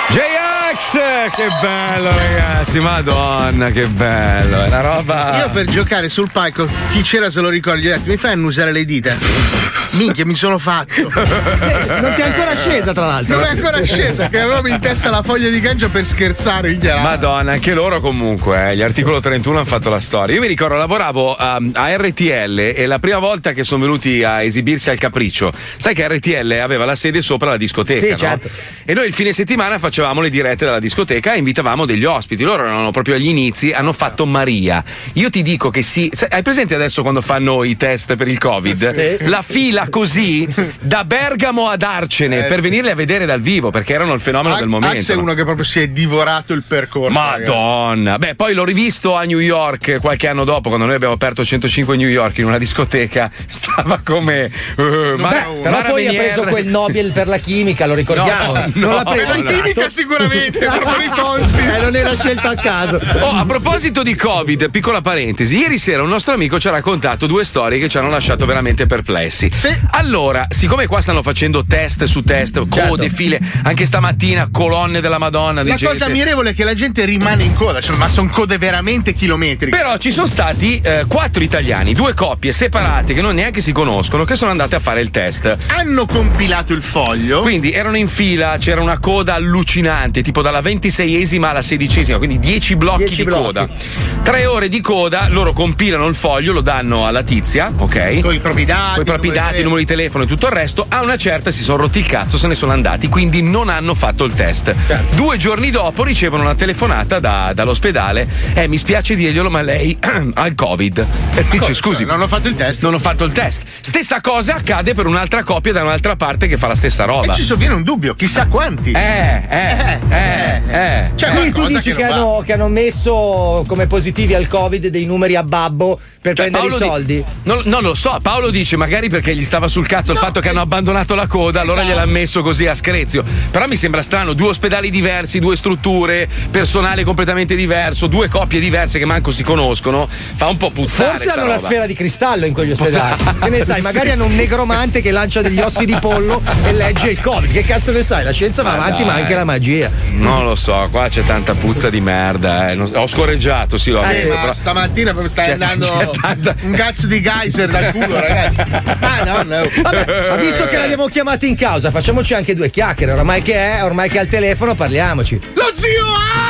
J-Ax, che bello ragazzi, madonna che bello, è una roba. Io per giocare sul palco, chi c'era se lo ricordi, gli ho detto mi fai annusare le dita? Minchia, mi sono fatto. Non ti è ancora scesa tra l'altro. Non è ancora scesa, che avevo in testa la foglia di cangia per scherzare. Minchia. Madonna, anche loro comunque, eh, gli articolo trentuno hanno fatto la storia. Io mi ricordo, lavoravo um, a R T L e la prima volta che sono venuti a esibirsi al Capriccio, sai che R T L aveva la sede sopra la discoteca, sì, no? certo. E noi il fine settimana facevamo le dirette dalla discoteca e invitavamo degli ospiti. Loro erano proprio agli inizi, hanno fatto Maria. Io ti dico che sì, sai, hai presente adesso quando fanno i test per il Covid? Sì. La fila così da Bergamo ad Arcene eh, per sì. venirli a vedere dal vivo perché erano il fenomeno A- del momento. Ax è uno che proprio si è divorato il percorso. Madonna, ragazzi. Beh, poi l'ho rivisto a New York qualche anno dopo, quando noi abbiamo aperto centocinque New York in una discoteca. Stava come uh, Beh, però poi ha preso quel Nobel per la chimica, lo ricordiamo. No, non no, l'ha preso per la chimica sicuramente, per i Fonzi. Eh, non era scelta a caso. Oh, a proposito di Covid, piccola parentesi, ieri sera un nostro amico ci ha raccontato due storie che ci hanno lasciato veramente perplessi. Sì. Allora, siccome qua stanno facendo test su test, code, Certo. file, anche stamattina colonne della Madonna di La gente. cosa ammirevole è che la gente rimane in coda, cioè, ma sono code veramente chilometriche. Però ci sono stati eh, quattro italiani, due coppie separate che non neanche si conoscono, che sono andate a fare il test. Hanno compilato il foglio. Quindi erano in fila, c'era una coda allucinante, tipo dalla ventiseiesima alla sedicesima, quindi dieci blocchi Dieci di blocchi. coda. Tre ore di coda, loro compilano il foglio, lo danno alla tizia, ok? Con i propri dati, Con i propri numeri dati, di numeri di telefono e tutto il resto. A una certa si sono rotti il cazzo, se ne sono andati, quindi non hanno fatto il test. Certo. Due giorni dopo ricevono una telefonata da- dall'ospedale. Eh, mi spiace dirglielo, ma lei ha il Covid. E dice, scusi, non ho fatto il test. non ho fatto il test. Stessa cosa accade per un'altra coppia da un'altra parte che fa la stessa roba. E ci sovviene un dubbio, chissà quanti. Eh, eh, eh, eh. Cioè, Quindi tu qualcosa dici che, non va. hanno, che hanno messo come positivi al Covid dei numeri a babbo per Cioè, prendere Paolo i di- soldi? Non, non lo so, Paolo dice magari perché gli stava sul cazzo il fatto che hanno abbandonato la coda, allora Esatto. gliel'ha messo così a screzio. Però mi sembra strano, due ospedali diversi, due strutture, personale completamente diverso, due coppie diverse che manco si conoscono, fa un po' puzzare. Forse sta hanno la roba. sfera di cristallo in quegli ospedali. Che ne sai, magari hanno un negromante che lancia degli ossi di pollo e legge il Covid. Che cazzo ne sai? La scienza va Ma avanti, dai. ma anche la magia. Non lo so, qua c'è tanta puzza di merda. Eh. Non- Ho scorreggiato, sì, l'ho Eh, visto, ma però- stamattina proprio stai C'è- andando c'è tanta- un cazzo di geyser dal culo, ragazzi. Ah, no, no. Vabbè, ma visto che l'abbiamo chiamato in causa, facciamoci anche due chiacchiere. Ormai che è, ormai che è al telefono, parliamoci. Lo zio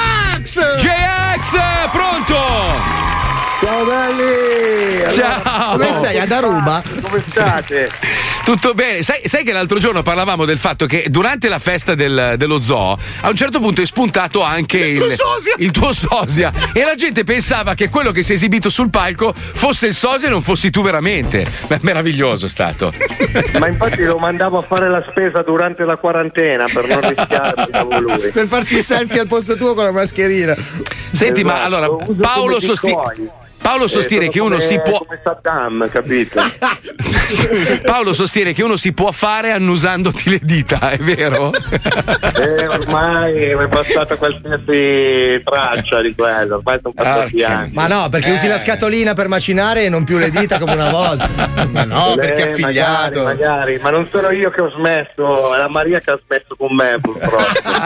Ax! J-Ax, pronto? Ciao belli! Ciao! Come sei, ad Aruba? Come state? Tutto bene, sai, sai che l'altro giorno parlavamo del fatto che durante la festa del- dello zoo a un certo punto è spuntato anche il, tuo sosia. il tuo sosia e la gente pensava che quello che si è esibito sul palco fosse il sosia e non fossi tu veramente. Beh, meraviglioso è stato. Ma infatti lo mandavo a fare la spesa durante la quarantena per non rischiare di lui. Per farsi il selfie al posto tuo con la mascherina. Senti, ma Esatto, allora lo uso Paolo come sostiene. decoy. Paolo sostiene eh, che uno come, si può come Saddam, capito? Paolo sostiene che uno si può fare annusandoti le dita, è vero? Eh, ormai è passata qualsiasi traccia di quello, ormai sono passati Ah, anni. ma no, perché Eh. usi la scatolina per macinare e non più le dita come una volta. Ma no, perché è Eh, affiliato. Magari, magari, ma non sono io che ho smesso, è la Maria che ha smesso con me, purtroppo.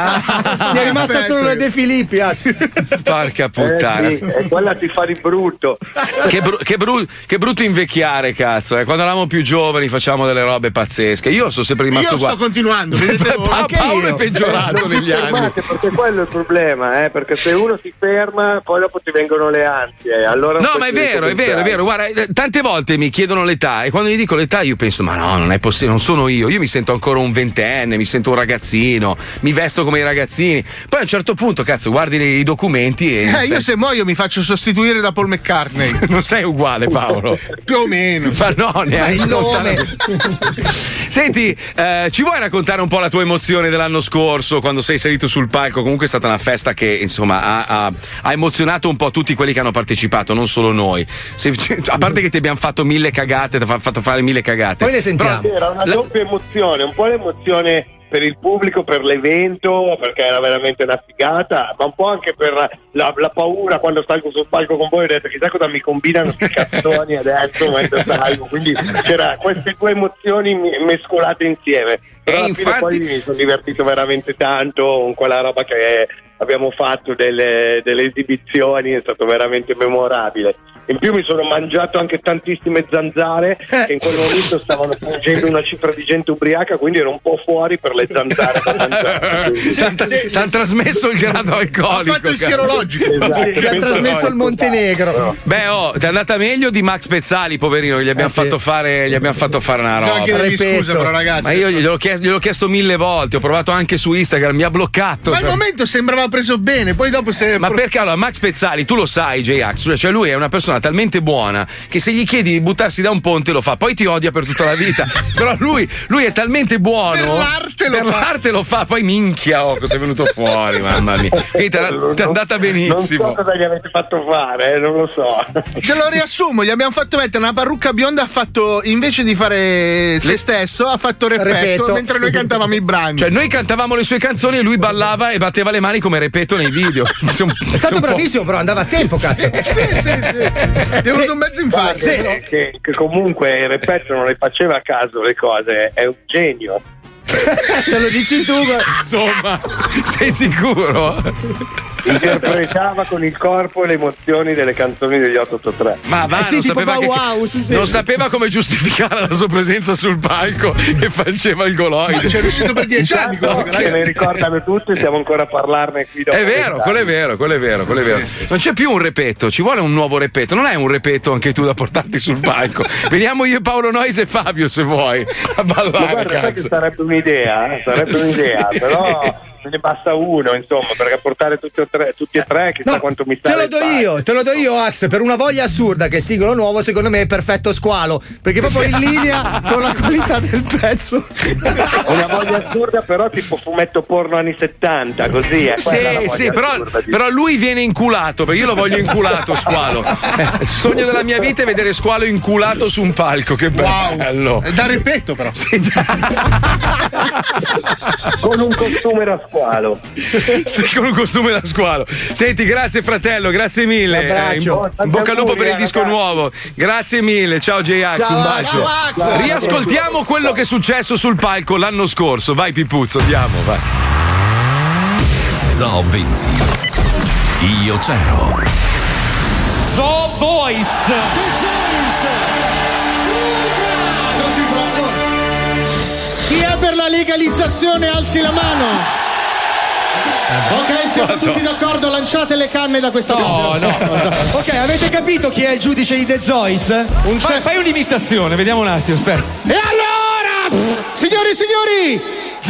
Ti è rimasta solo la De Filippi. ah. Porca puttana. Eh sì, e quella ti fa di brutto. Che, bru- che, bru- che brutto invecchiare, cazzo. Eh. Quando eravamo più giovani facciamo delle robe pazzesche. Io sono sempre rimasto Io sto qua. continuando, vedete voi? Pa- Anche Paolo io. è peggiorato Non vi negli anni. fermate, perché quello è il problema, eh, perché se uno si ferma poi dopo ti vengono le ansie. Allora No, poi ma è ti devi vero, è vero, è vero. Guarda, eh, tante volte mi chiedono l'età e quando gli dico l'età io penso, ma no, non è possibile, non sono io. Io mi sento ancora un ventenne, mi sento un ragazzino, mi vesto come i ragazzini. Poi a un certo punto, cazzo, guardi i i documenti e. Eh, io se muoio mi faccio sostituire da Paul McCartney. Non sei uguale, Paolo. Più o meno. Ma no, neanche il nome. lontano. Senti, eh, ci vuoi raccontare un po' la tua emozione dell'anno scorso quando sei salito sul palco? Comunque è stata una festa che insomma ha, ha- ha emozionato un po' tutti quelli che hanno partecipato, non solo noi. Se- a parte che ti abbiamo fatto mille cagate, ti ha fatto fare mille cagate. Poi le sentiamo. Sì, era una doppia emozione, un po' l'emozione per il pubblico, per l'evento, perché era veramente una figata, ma un po' anche per la, la paura quando salgo sul palco con voi. Ho detto chissà cosa mi combinano questi cazzoni adesso mentre salgo, quindi c'era queste due emozioni mi- mescolate insieme. Però alla fine poi mi sono divertito veramente tanto con quella roba che abbiamo fatto, delle, delle esibizioni, è stato veramente memorabile. In più mi sono mangiato anche tantissime zanzare che in quel momento stavano fungendo una cifra di gente ubriaca, quindi ero un po' fuori per le zanzare da mangiare. Ti hanno trasmesso il grado alcolico. Ha fatto il cazzo. sierologico. Esatto. Sì, gli ha trasmesso il Montenegro. Beh, oh, ti è andata meglio di Max Pezzali, poverino, che gli abbiamo, Eh, sì. fatto, fare, gli abbiamo fatto fare una Bisogna roba. chiedergli Ripeto. scusa, però, ragazzi. Ma io gliel'ho chiesto, gliel'ho chiesto mille volte, ho provato anche su Instagram, mi ha bloccato. Ma al cioè. momento sembrava preso bene, poi dopo se. Ma perché allora Max Pezzali, tu lo sai, J-Ax, cioè lui è una persona talmente buona che se gli chiedi di buttarsi da un ponte lo fa, poi ti odia per tutta la vita. Però lui, lui è talmente buono. Per l'arte lo per fa. l'arte lo fa, poi minchia, oh, cosa è venuto fuori, mamma mia. Che ti è andata Non benissimo. so cosa gli avete fatto fare, eh, non lo so. Te lo riassumo, gli abbiamo fatto mettere una parrucca bionda, ha fatto invece di fare se stesso, ha fatto repetto, Repetto. mentre noi cantavamo i brani. Cioè, noi cantavamo le sue canzoni e lui ballava e batteva le mani come Repetto nei video. È stato bravissimo, però andava a tempo, cazzo. sì, sì, sì. Gli è avuto un mezzo infarto. Che, che- che comunque, ripeto, non le faceva a caso le cose, è un genio. Se lo dici tu, Insomma, sei sicuro? Interpretava con il corpo le emozioni delle canzoni degli otto otto tre. Ma va, Eh sì, non, tipo sapeva che- Bauhaus, sì, sì. non sapeva come giustificare la sua presenza sul palco e faceva il goloide. Ci è riuscito per dieci anni. Intanto comunque, se ne ragazzi. ricordano tutti, stiamo ancora a parlarne qui dopo. È vero, quello è vero, quello è vero, quello è vero. Non c'è più un repetto, ci vuole un nuovo repetto. Non hai un repetto anche tu da portarti sul palco. Veniamo io, Paolo Nois e Fabio se vuoi a Ma ballare, guarda, sai che cazzo. sarebbe un'idea, eh? sarebbe un'idea, però me ne basta uno, insomma, perché portare tutti e tre, tutti e tre chissà No, quanto mi te sta. lo do io, te lo do io, Ax, per una voglia assurda che il singolo nuovo secondo me è perfetto squalo, perché è proprio in linea con la qualità del pezzo. Una voglia assurda, però tipo fumetto porno anni settanta, così è. quella la Sì, voglia sì, però, assurda, tipo. però lui viene inculato, perché io lo voglio inculato, Squalo. Eh, il sogno della mia vita è vedere Squalo inculato su un palco, che bello. Wow. Da repetto, però. Con un costume da squalo. Sì, con un costume da squalo. Senti, grazie fratello, grazie mille. Un abbraccio. Eh, in, in bocca al lupo per il disco nuovo. Grazie mille. Ciao J-Ax, Ciao, un bacio. ciao, Ax. Riascoltiamo quello che è successo sul palco l'anno scorso. Vai Pipuzzo, andiamo, vai. Zoo venti. Io c'ero. Zoo Voice. Chi è per la legalizzazione alzi la mano. Ok, siamo tutti d'accordo, lanciate le canne da questa No, parte. no. Ok, avete capito chi è il giudice di The Zois? Un Fai, chef. fai un'imitazione, vediamo un attimo, aspetta. E allora, pff, signori e signori,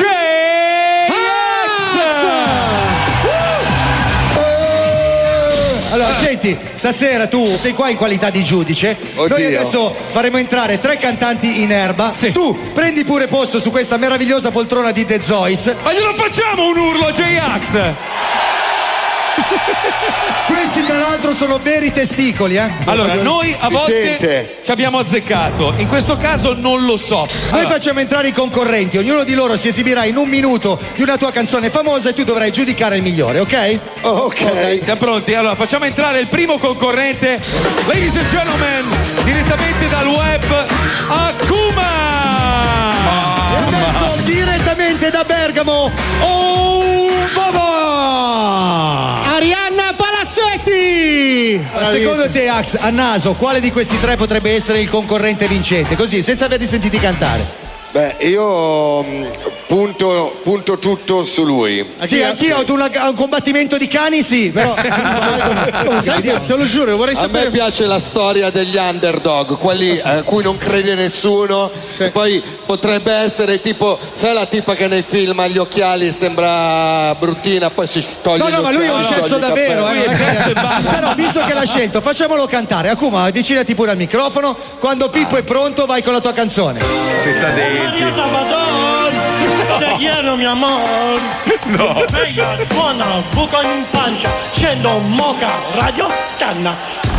Allora, senti, stasera tu sei qua in qualità di giudice. Oddio. Noi adesso faremo entrare tre cantanti in erba. Sì. Tu prendi pure posto su questa meravigliosa poltrona di The Zois. Ma glielo facciamo un urlo, J-Ax! Questi tra l'altro sono veri testicoli, eh? Allora, noi a volte ci abbiamo azzeccato, in questo caso non lo so. Noi facciamo entrare i concorrenti, ognuno di loro si esibirà in un minuto di una tua canzone famosa e tu dovrai giudicare il migliore, ok? Oh, ok. Ok, siamo pronti? Allora, facciamo entrare il primo concorrente. Ladies and gentlemen, direttamente dal web, Akuma! E adesso direttamente da Bergamo, oh, Baba! Arianna Palazzetti! Ma secondo te, Ax, a naso, quale di questi tre potrebbe essere il concorrente vincente? Così, senza averli sentiti cantare. Beh, io mh, punto, punto tutto su lui. Sì, anch'io ho una- un combattimento di cani, sì, però. Sai, te lo giuro, vorrei sapere. A me piace la storia degli underdog, quelli a cui non crede nessuno. E poi potrebbe essere tipo, sai la tipa che nei film ha gli occhiali sembra bruttina, poi si toglie No, gli no, ma lui è un occhiali, cesso toglie i davvero, eh, capelli. non è che- Però visto che l'ha scelto, facciamolo cantare. Akuma, avvicinati pure al microfono. Quando Pippo è pronto, vai con la tua canzone. Senza denti. Maria Salvador, te quiero mi amor. No. Bella, suona, buco in pancia, scendo moca, radio, canna.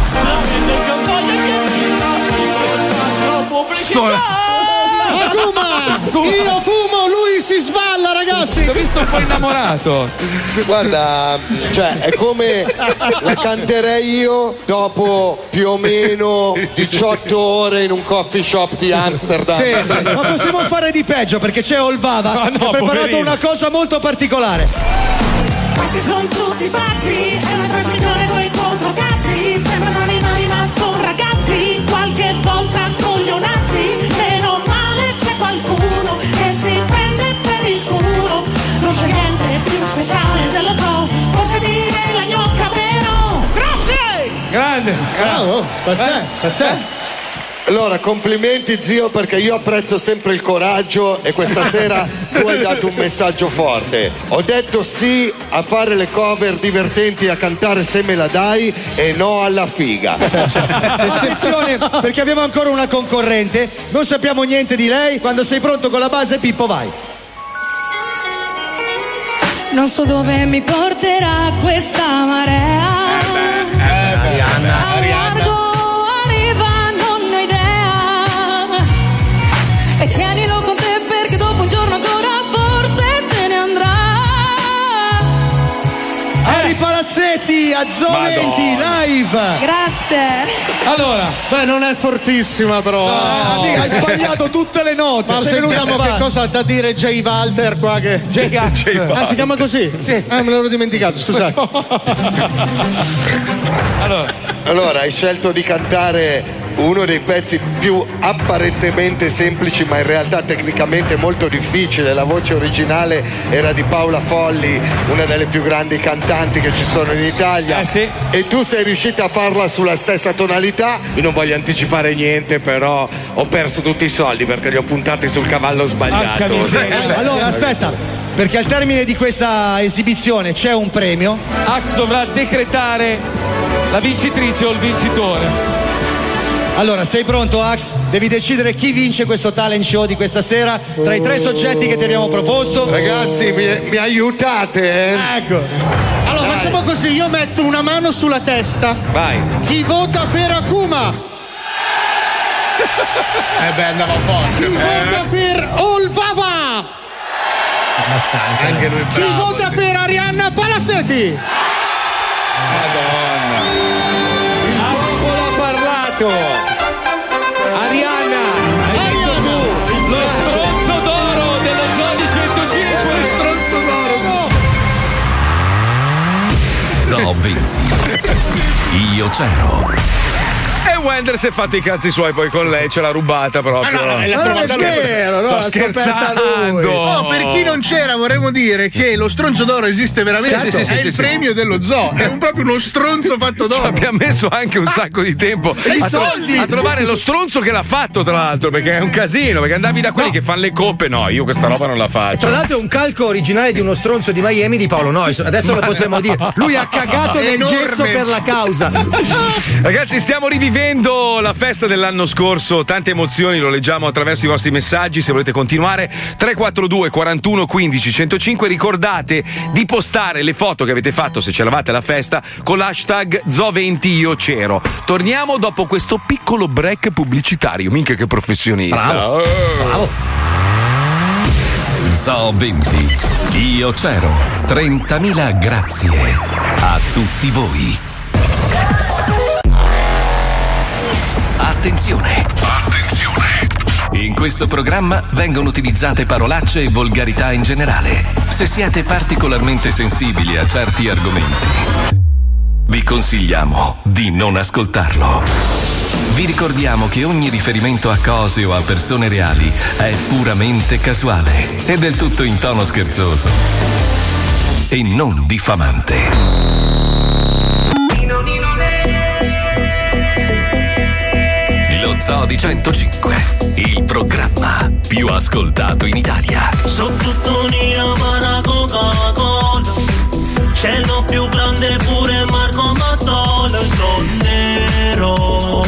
Akuma! Io fumo, lui si sballa, ragazzi! L'ho visto un po' innamorato. Guarda, cioè è come la canterei io dopo più o meno diciotto ore in un coffee shop di Amsterdam. Sì, sì. Ma possiamo fare di peggio perché c'è Olvava Ah, no, che ha preparato poverino. una cosa molto particolare. Questi sono tutti pazzi, è una trasmissione coi controcazzi, sembrano animali ma sono ragazzi, qualche volta coglionazzi, meno male c'è qualcuno che si prende per il culo, non c'è niente più speciale dello zoo, forse direi la gnocca però, grazie! Grande, bravo, pazzesco, pazzesco. Allora, complimenti zio, perché io apprezzo sempre il coraggio e questa sera tu hai dato un messaggio forte. Ho detto sì a fare le cover divertenti, a cantare Se me la dai e no alla figa. Attenzione, perché abbiamo ancora una concorrente, non sappiamo niente di lei. Quando sei pronto con la base, Pippo, vai. Non so dove mi porterà questa marea. Arianna, Al largo arriva, non ho idea. E tienilo con te perché dopo un giorno ancora forse se ne andrà. Ari Palazzetti a Zoventi live. Grazie. Allora, beh, non è fortissima, però. Ah, amica, hai sbagliato tutte le note. Ma Sei venuta sentiamo a che fare. cosa ha da dire Jay Walter qua che. Jay Gax. Ah, si chiama così? Sì. Ah, me l'ero dimenticato, scusate. Allora. Allora, hai scelto di cantare uno dei pezzi più apparentemente semplici ma in realtà tecnicamente molto difficile. La voce originale era di Paola Folli, una delle più grandi cantanti che ci sono in Italia, Eh sì. e tu sei riuscita a farla sulla stessa tonalità. Io non voglio anticipare niente, però ho perso tutti i soldi perché li ho puntati sul cavallo sbagliato. Allora, aspetta, perché al termine di questa esibizione c'è un premio. Ax dovrà decretare la vincitrice o il vincitore. Allora, sei pronto, Ax? Devi decidere chi vince questo talent show di questa sera tra i tre soggetti che ti abbiamo proposto. Ragazzi, mi, mi aiutate, eh? Ecco. Allora, Dai. facciamo così: io metto una mano sulla testa. Vai. Chi vota per Akuma? Eh beh, andava forte. Chi vota per Olvava? Abbastanza. Anche lui Chi bravo. vota per Arianna Palazzetti? Madonna. Il popolo ha parlato. Arianna, hai detto tu. Lo stronzo d'oro dello Zoo di centocinque. Lo stronzo d'oro. Zoo venti. Io c'ero. E Wender si è fatto i cazzi suoi poi con lei, ce l'ha rubata proprio. Ma no, è la Sto prova scherz- vero, no, sto l'ha scoperta lui. scherzando. Oh, per chi non c'era, vorremmo dire che lo stronzo d'oro esiste veramente. Sì, sì, sì, è sì, il sì. premio dello zoo. È un, proprio uno stronzo fatto d'oro. Ci abbiamo messo anche un sacco di tempo E i a, tro- soldi! a trovare lo stronzo che l'ha fatto, tra l'altro, perché è un casino. Perché andavi da quelli che fanno le coppe, no, io questa roba non la faccio. Tra l'altro è un calco originale di uno stronzo di Miami di Paolo Noyes. Adesso lo possiamo dire. Lui ha cagato nel Enorme. gesso per la causa. Ragazzi, stiamo rivivendo rivivendo la festa dell'anno scorso, tante emozioni, lo leggiamo attraverso i vostri messaggi. Se volete continuare, tre quattro due quarantuno quindici centocinque. Ricordate di postare le foto che avete fatto se c'eravate alla festa con l'hashtag Zoo venti io c'ero. Torniamo dopo questo piccolo break pubblicitario. Minchia che professionista. Bravo. Oh. Bravo. Zoo venti io c'ero. trentamila grazie a tutti voi. Attenzione! Attenzione! In questo programma vengono utilizzate parolacce e volgarità in generale. Se siete particolarmente sensibili a certi argomenti, vi consigliamo di non ascoltarlo. Vi ricordiamo che ogni riferimento a cose o a persone reali è puramente casuale e del tutto in tono scherzoso e non diffamante. Lo Zoo di centocinque, il programma più ascoltato in Italia. Sono tutto nero para Coca-Cola, cielo più grande pure Marco Mazzola. Sono nero,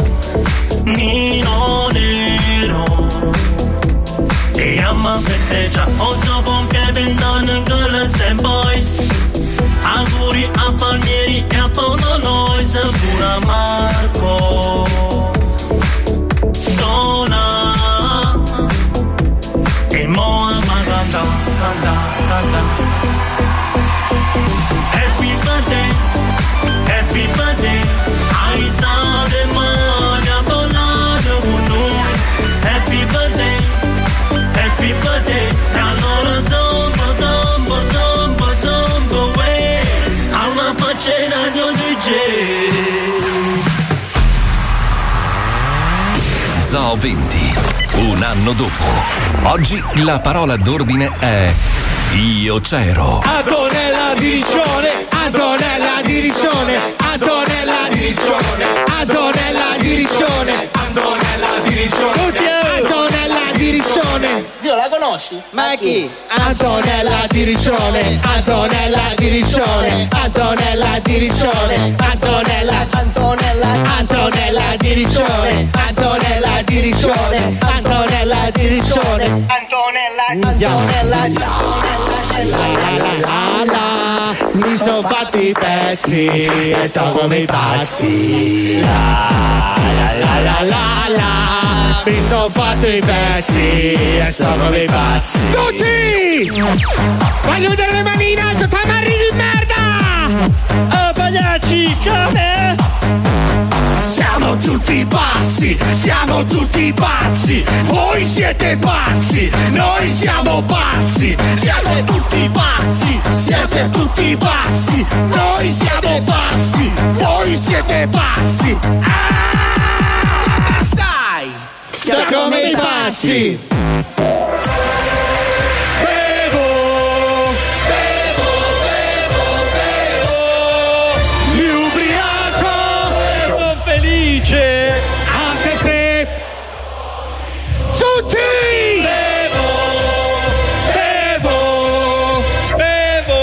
nino nero, e amma festeggia, oggi compie vent'anni in Girls and Boys. Auguri a Palmieri e a Paolo Nois, pure a Marco Dona e mo ama canta, canta, canta. Happy birthday, happy birthday, ai zade mania bonado con noi. Happy birthday, happy birthday, e allora zombo, zombo, zombo, zombo, way, alla faccia radio D J. Zoo venti, un anno dopo. Oggi la parola d'ordine è io c'ero. Antonella di Riccione, Antonella di Riccione, Antonella di Riccione, Antonella di Riccione, Antonella di Riccione, Antonella di Riccione. Zio, la conosci? Ma chi? Antonella di Riccione, Antonella di Riccione, Antonella di Riccione, Antonella, Antonella, Antonella di Riccione, Antonella di Riccione, Antonella di Riccione, Antonella, Antonella di Riccione. Mi son fatti i pezzi e sto come i pazzi. La la la la la la. Mi son fatto i pezzi e sto come i pazzi. Tutti! Voglio vedere le mani in alto, tamarri di merda! Oh, pagliacci, come? Siamo tutti pazzi, siamo tutti pazzi. Voi siete pazzi, noi siamo pazzi. Siamo tutti pazzi, siete tutti pazzi. Noi siamo pazzi, voi siete pazzi. Ah, stai! Sta come i pazzi! Bevo, bevo, bevo, bevo. Mi ubriaco, sono felice, anche se tutti bevo, bevo, bevo,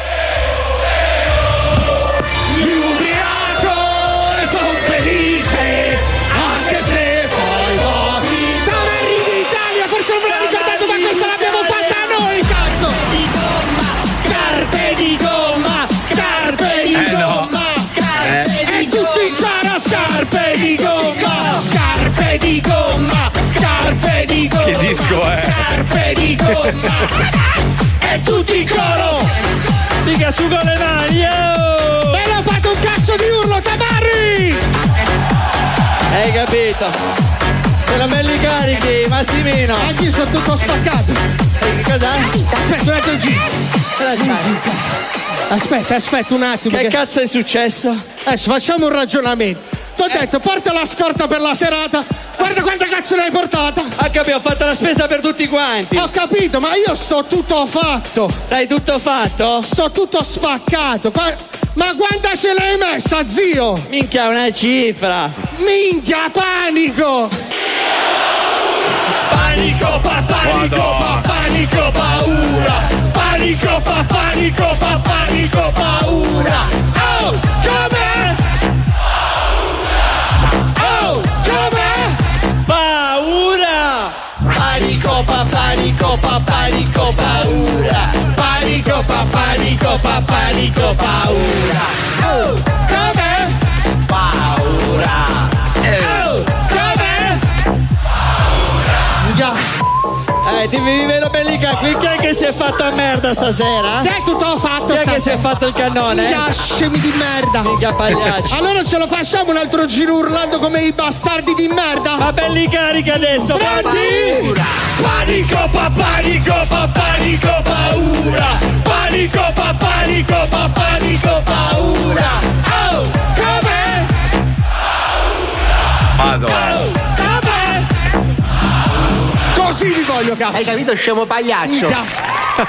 mi ubriaco e sono felice, anche se poi voti. Tamarri d'Italia, forse non ve l'ho ricordato, ma questa l'abbiamo fatta noi, cazzo! Di gomma, scarpe di gomma, scarpe di Eh, no. gomma, scarpe di e tutti in coro, scarpe di gomma, scarpe di gomma, scarpe di gomma. Che disco è? Scarpe di gomma. E tutti in coro. Dica su con le mani, oh! Me l'ho fatto un cazzo di urlo, Tamarri! Hai capito? Se la belli carichi, Massimino. Oggi sono tutto spaccato. Cos'è? Aspetta un attimo, G. Aspetta, aspetta un attimo. Che cazzo è successo? Adesso facciamo un ragionamento. T'ho detto, porta la scorta per la serata. Guarda quanta cazzo l'hai portata. Ah, capito, ho fatto la spesa per tutti quanti. Ho capito, ma io sto tutto fatto. Stai tutto fatto? Sto tutto spaccato. Qua- Ma quanta ce l'hai messa, zio? Minchia, una cifra. Minchia, panico! Panico, pa, panico, pa, panico, paura! Panico, pa, panico, pa, panico, paura! Oh, come? panico, pa, panico, paura. Panico, pa, panico, pa, panico, paura. Oh, come? Paura. Oh, come? Già. Eh, ti mi vedo bellica qui. Chi è che si è fatto a merda stasera? Te tutto ho fatto. Chi è che si è fatto il cannone? Già, scemi di merda. Minchia pagliacci. Allora ce lo facciamo un altro giro urlando come i bastardi di merda? Ma belli carica adesso. Pronti? Panico, pa, panico, pa, panico, paura. Panico, pa, panico, pa, panico, paura. Oh, come? Madonna. Oh, come? Così vi voglio, cazzo. Hai capito, scemo pagliaccio?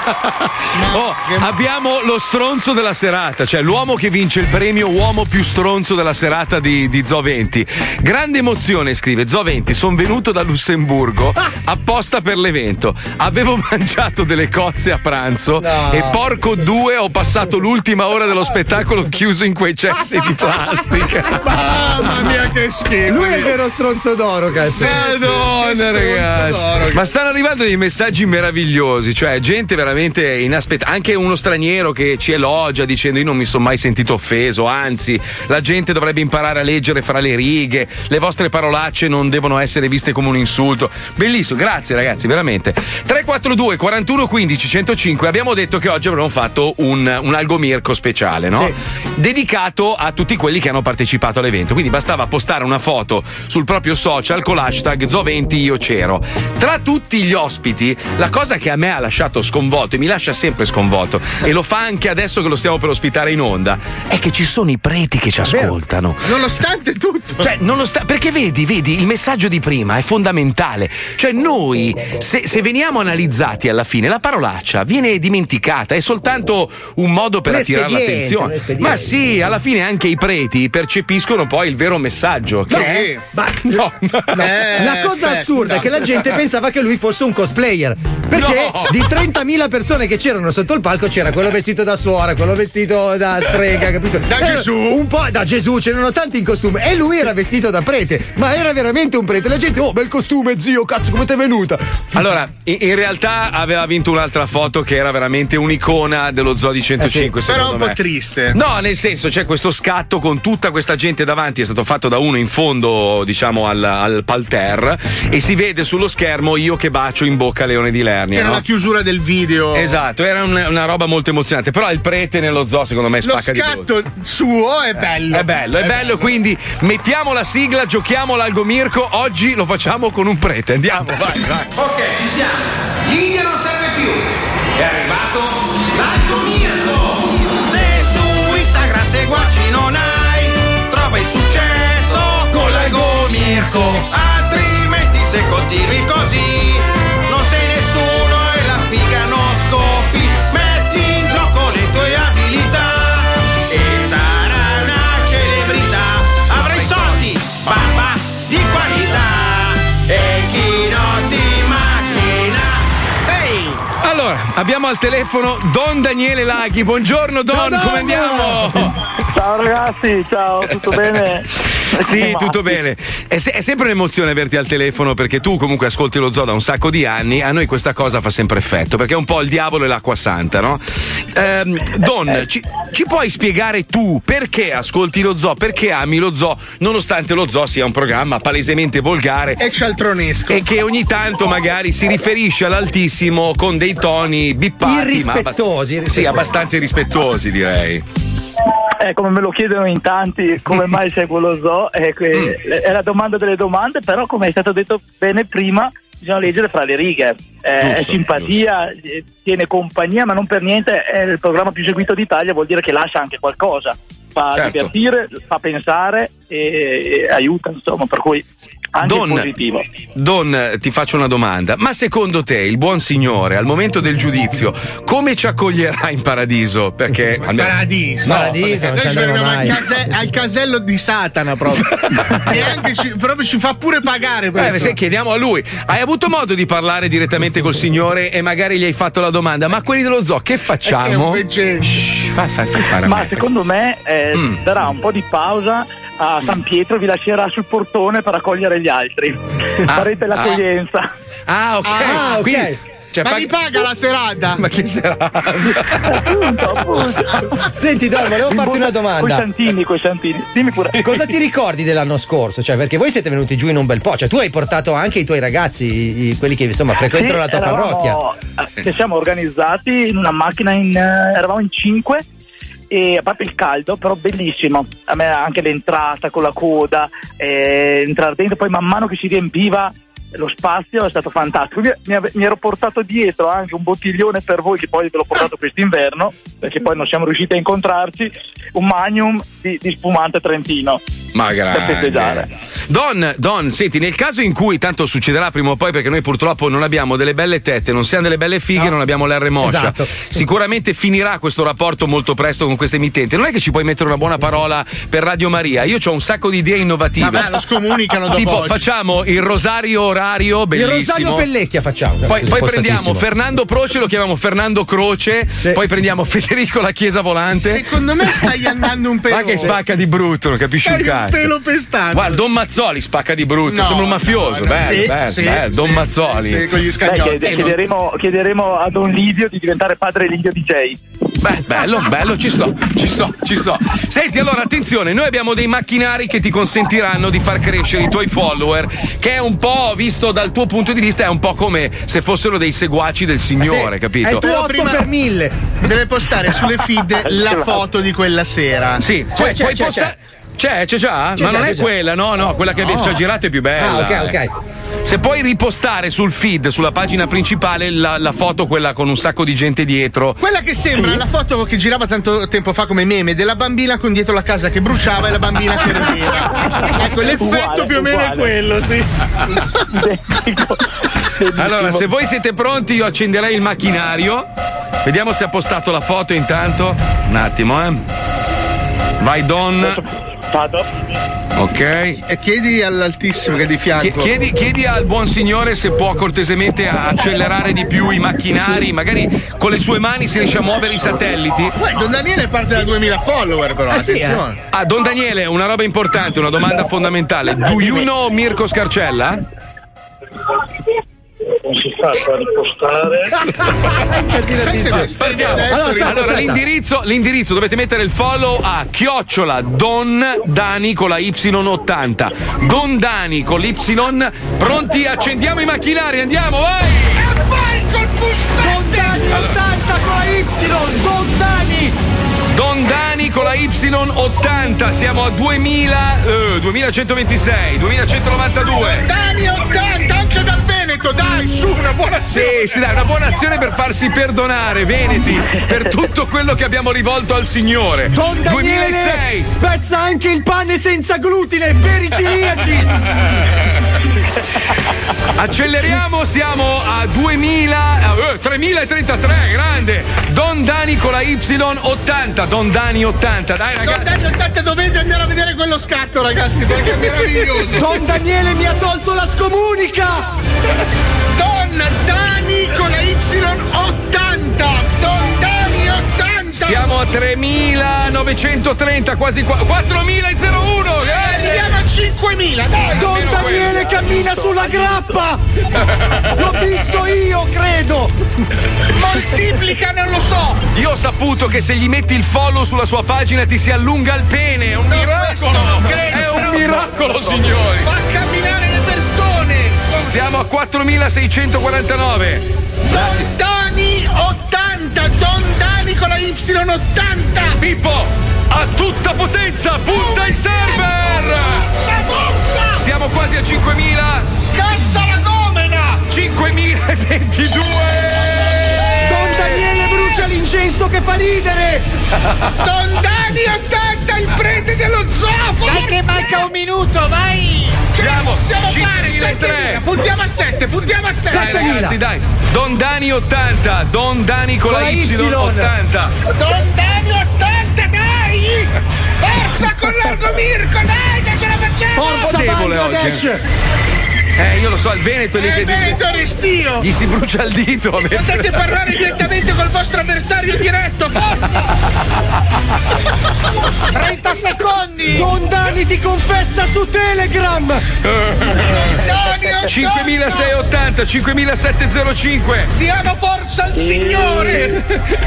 Oh, abbiamo lo stronzo della serata, cioè l'uomo che vince il premio uomo più stronzo della serata di, di Zoo venti. Grande emozione, scrive Zoo venti, sono venuto da Lussemburgo apposta per l'evento. Avevo mangiato delle cozze a pranzo no. e porco due ho passato l'ultima ora dello spettacolo chiuso in quei cessi di plastica. Mamma mia che schifo. Lui è il vero stronzo d'oro, cazzo. Madonna, sì, ragazzi. d'oro. Ma stanno arrivando dei messaggi meravigliosi, cioè gente veramente inaspettata, anche uno straniero che ci elogia dicendo io non mi sono mai sentito offeso, anzi la gente dovrebbe imparare a leggere fra le righe, le vostre parolacce non devono essere viste come un insulto. Bellissimo, grazie ragazzi, veramente. tre quattro due quarantuno quindici centocinque. Abbiamo detto che oggi avremmo fatto un, un algomirco speciale, no? Sì. Dedicato a tutti quelli che hanno partecipato all'evento, quindi bastava postare una foto sul proprio social con l'hashtag Zoo venti io c'ero. Tra tutti gli ospiti, la cosa che a me ha lasciato sconvolto e mi lascia sempre sconvolto e lo fa anche adesso che lo stiamo per ospitare in onda è che ci sono i preti che ci ascoltano nonostante tutto, cioè nonostante, perché vedi vedi il messaggio di prima è fondamentale, cioè noi se, se veniamo analizzati alla fine la parolaccia viene dimenticata, è soltanto un modo per un attirare l'attenzione, ma sì, alla fine anche i preti percepiscono poi il vero messaggio che no, è... ma no. Eh, la cosa aspetta, assurda è che la gente pensava che lui fosse un cosplayer perché no. di trentamila persone che c'erano sotto il palco c'era quello vestito da suora, quello vestito da strega, capito? Da era Gesù un po' da Gesù, c'erano tanti in costume e lui era vestito da prete, ma era veramente un prete. La gente, oh bel costume zio, cazzo come t'è venuta? Allora in, in realtà aveva vinto un'altra foto che era veramente un'icona dello Zoo di centocinque, eh sì. Però un po' me. triste. No, nel senso c'è questo scatto con tutta questa gente davanti, è stato fatto da uno in fondo diciamo al, al parterre e si vede sullo schermo io che bacio in bocca a Leone di Lernia, era no? la chiusura del video. Esatto, era un, una roba molto emozionante, però il prete nello zoo secondo me spacca di più. Lo scatto suo è bello. È bello, è, è bello, bello, quindi mettiamo la sigla, giochiamo l'algomirco, oggi lo facciamo con un prete, andiamo, vai, vai. Ok, ci siamo. L'India non serve più. È arrivato l'algomirco. Se su Instagram seguaci non hai, trova il successo con l'algomirco. Altrimenti se continui così non sei nessuno e la figa non scoppi. Metti in gioco le tue abilità e sarai una celebrità. Avrai soldi, bamba di qualità e chi non ti macchina. Ehi! Allora, abbiamo al telefono Don Daniele Laghi. Buongiorno Don, ciao, come andiamo? Ciao ragazzi, ciao, tutto bene? Sì, tutto bene. È, se- è sempre un'emozione averti al telefono perché tu comunque ascolti lo zoo da un sacco di anni. A noi questa cosa fa sempre effetto perché è un po' il diavolo e l'acqua santa, no? Ehm, Don, ci, ci puoi spiegare tu perché ascolti lo zoo? Perché ami lo zoo nonostante lo zoo sia un programma palesemente volgare e cialtronesco e che ogni tanto magari si riferisce all'altissimo con dei toni bippati, irrispettosi, ma abbast- sì, abbastanza irrispettosi, direi. Eh, come me lo chiedono in tanti, come mai seguo lo zoo? Eh, que- mm. È la domanda delle domande, però come è stato detto bene prima, bisogna leggere fra le righe. Eh, giusto, è simpatia, eh, tiene compagnia, ma non per niente è il programma più seguito d'Italia, vuol dire che lascia anche qualcosa. Fa certo. divertire, fa pensare e, e aiuta, insomma, per cui anche Don, positivo. Don, ti faccio una domanda, ma secondo te il buon Signore al momento del giudizio come ci accoglierà in paradiso? Perché almeno... paradiso, no, paradiso non noi ci ci arriviamo mai. al, case- al casello di Satana proprio. E anche ci, proprio ci fa pure pagare per eh, se chiediamo a lui, hai avuto modo di parlare direttamente col Signore e magari gli hai fatto la domanda, ma quelli dello zoo che facciamo? Shh, fai, fai, fai fare a ma me. secondo me eh, Mm. darà un po' di pausa a San Pietro, vi lascerà sul portone per accogliere gli altri. Ah, Farete l'accoglienza. Ah, ok. Ah, ok. Quindi Cioè, ma pag- chi paga la serata? Ma che serata? appunto, appunto. Senti, Don, volevo farti una domanda. Coi santini, coi santini. Dimmi pure. Cosa ti ricordi dell'anno scorso? Cioè, perché voi siete venuti giù in un bel po'. Cioè, tu hai portato anche i tuoi ragazzi, i- i- quelli che insomma frequentano Sì, la tua eravamo- parrocchia. Ci siamo organizzati in una macchina, in, eh, eravamo in cinque. E a parte il caldo, però bellissimo. A me anche l'entrata con la coda, eh, entrare dentro, poi man mano che si riempiva lo spazio è stato fantastico. Mi, mi ave- mi ero portato dietro anche un bottiglione per voi, che poi ve l'ho portato quest'inverno, perché poi non siamo riusciti a incontrarci. Un magnum di, di spumante trentino. Ma Per festeggiare. grande. Don, Don, senti, nel caso in cui tanto succederà prima o poi, perché noi purtroppo non abbiamo delle belle tette, non siamo delle belle fighe, No. non abbiamo l'R moscia. Esatto. Sicuramente finirà questo rapporto molto presto con questa emittente. Non è che ci puoi mettere una buona parola per Radio Maria? Io ho un sacco di idee innovative. Vabbè, lo scomunicano dopo Tipo, oggi. facciamo il rosario orario, Il bellissimo. Rosario Pellecchia facciamo. Poi, poi prendiamo Spostatissimo. Fernando Proce, lo chiamiamo Fernando Croce, poi prendiamo Federico la Chiesa Volante. Secondo me stai andando un pelo. Ma che spacca di brutto, non capisci Stai un un cazzo. pelo pestato. Guarda, Don Mazzoli spacca di brutto, No, sembra un mafioso. no, no. bello, Sì, bello, sì, bello. Don sì, Mazzoli. sì, con gli Beh, scagnotti. chied- chiederemo, chiederemo a Don Livio di diventare padre Livio D J. Beh, bello, bello, ci sto, ci sto, ci sto. Senti, allora, attenzione, noi abbiamo dei macchinari che ti consentiranno di far crescere i tuoi follower, che è un po', visto dal tuo punto di vista, è un po' come se fossero dei seguaci del Signore, Sì, capito? è il tuo Però otto prima per mille. Deve postare sulle feed la foto di quella sera. Sì, C'è, poi, c'è, puoi c'è, postare. C'è, c'è già? C'è Ma già, non c'è è già. quella, no, no, quella che No. ci ha girato è più bella. Ah, ok, eh. ok. Se puoi ripostare sul feed, sulla pagina principale, la, la foto, quella con un sacco di gente dietro. Quella che sembra la foto che girava tanto tempo fa come meme della bambina con dietro la casa che bruciava e la bambina che rideva. Ecco, l'effetto Uguale, più o meno uguale. è quello, sì. Allora, se voi siete pronti, io accenderei il macchinario. Vediamo se ha postato la foto intanto. Un attimo, eh. Vai, Don. Ok. E chiedi all'altissimo che è di Chie- fianco. Chiedi, chiedi al buon signore se può cortesemente accelerare di più i macchinari, magari con le sue mani si riesce a muovere i satelliti. Uè, Don Daniele parte da duemila follower, però. Ah, sì, attenzione. Ah, Don Daniele, una roba importante, una domanda fondamentale. Do you know Mirko Scarcella? Non si fa per ripostare. Sai se stai Partiamo. adesso Allora, aspetta, Allora, aspetta. l'indirizzo, l'indirizzo dovete mettere il follow a chiocciola Don Dani con la Y ottanta. Don Dani con l'Y. Pronti? Accendiamo i macchinari, andiamo, vai! vai col pulsante! Don Dani ottanta con la Y, Don Dani! Don Dani con la Y ottanta, siamo a duemila, eh, duemilacentoventisei, duemilacentonovantadue. Dani ottanta, anche dal Veneto, dai, su, una buona azione! Sì, sì, dai, una buona azione per farsi perdonare, Veneti, per tutto quello che abbiamo rivolto al Signore. Don Daniele duemilasei. spezza anche il pane senza glutine per i celiaci. Acceleriamo, siamo a duemila, eh, tremilatrentatré, grande. Don Dani con la Y ottanta, Don Dani ottanta, dai Don ragazzi. Dani ottanta, dovete andare a vedere quello scatto, ragazzi, perché è meraviglioso! Don Daniele mi ha tolto la scomunica. Don Dani con la Y ottanta! Don Dani ottanta! Siamo a tremilanovecentotrenta, quasi qua- quattromilauno, grande. Andiamo a cinquemila, dai! Don almeno Daniele quello. cammina sulla grappa. L'ho visto io, credo. Moltiplica, non lo so! Io ho saputo che se gli metti il follow sulla sua pagina ti si allunga il pene, è un questo miracolo! non credo, È un però- miracolo, signori! Fa camminare le persone! Siamo a quattromilaseicentoquarantanove. Don Dani ottanta! Don Dani con la Y ottanta! Pippo, a tutta potenza, punta il server! Siamo quasi a cinquemila. Cazza la nomena! cinquemilaventidue! Don Daniele brucia l'incenso che fa ridere. Don Dani ottanta, il prete dello zoo! Dai che manca un minuto, vai! Ce la Andiamo, possiamo fare! cinquemilatré. settemila. Puntiamo a sette, puntiamo a Dai sette! ragazzi, dai! Don Dani ottanta, Don Dani con, Con la la Y Y. ottanta. Don Dani ottanta, dai! Forza con largo Mirko, dai, che ce la facciamo! Forza debole Bangladesh. oggi. Eh, io lo so, il Veneto è lì Eh, che dice. Veneto Restio! Gli si brucia il dito. Potete parlare direttamente col vostro avversario diretto, forza! trenta secondi! Don Dani ti confessa su Telegram. Don Dani cinquemilaseicentottanta, cinquemilasettecentocinque. Diamo forza al Signore!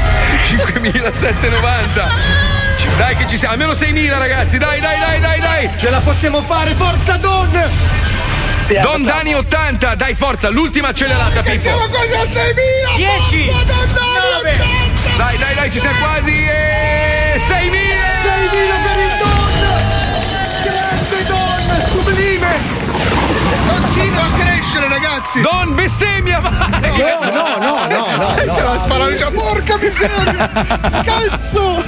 cinquemilasettecentonovanta. Dai che ci siamo, almeno seimila ragazzi, dai dai dai dai dai. Ce la possiamo fare, forza Don! Don Dani ottanta, dai forza, l'ultima accelerata Pippo. Siamo quasi a seimila! dieci, nove. Dai dai dai, ci siamo quasi e seimila! seimila per il Don! Grazie Don, sublime! Continua a crescere ragazzi! Don bestemmia, vai! No, no, no, no, no. Sai, se la sparavi già, porca miseria! Cazzo!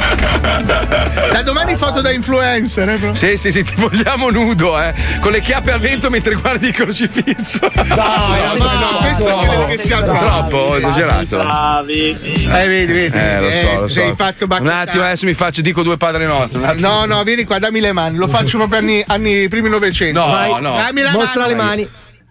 Da domani foto da influencer, eh, bro. Sì, sì, sì, ti vogliamo nudo, eh! Con le chiappe al vento mentre guardi il crocifisso. Dai, no, no, no, questo credo che sia troppo. Troppo, esagerato. Bravi. Eh, vedi, vedi. Eh, lo so, lo so. Sei fatto un attimo, adesso mi faccio, dico due padre nostri. No, no, vieni qua, dammi le mani. Lo faccio proprio anni, anni primi novecento. No, Vai, no. Dammi la Mostra mano. le mani.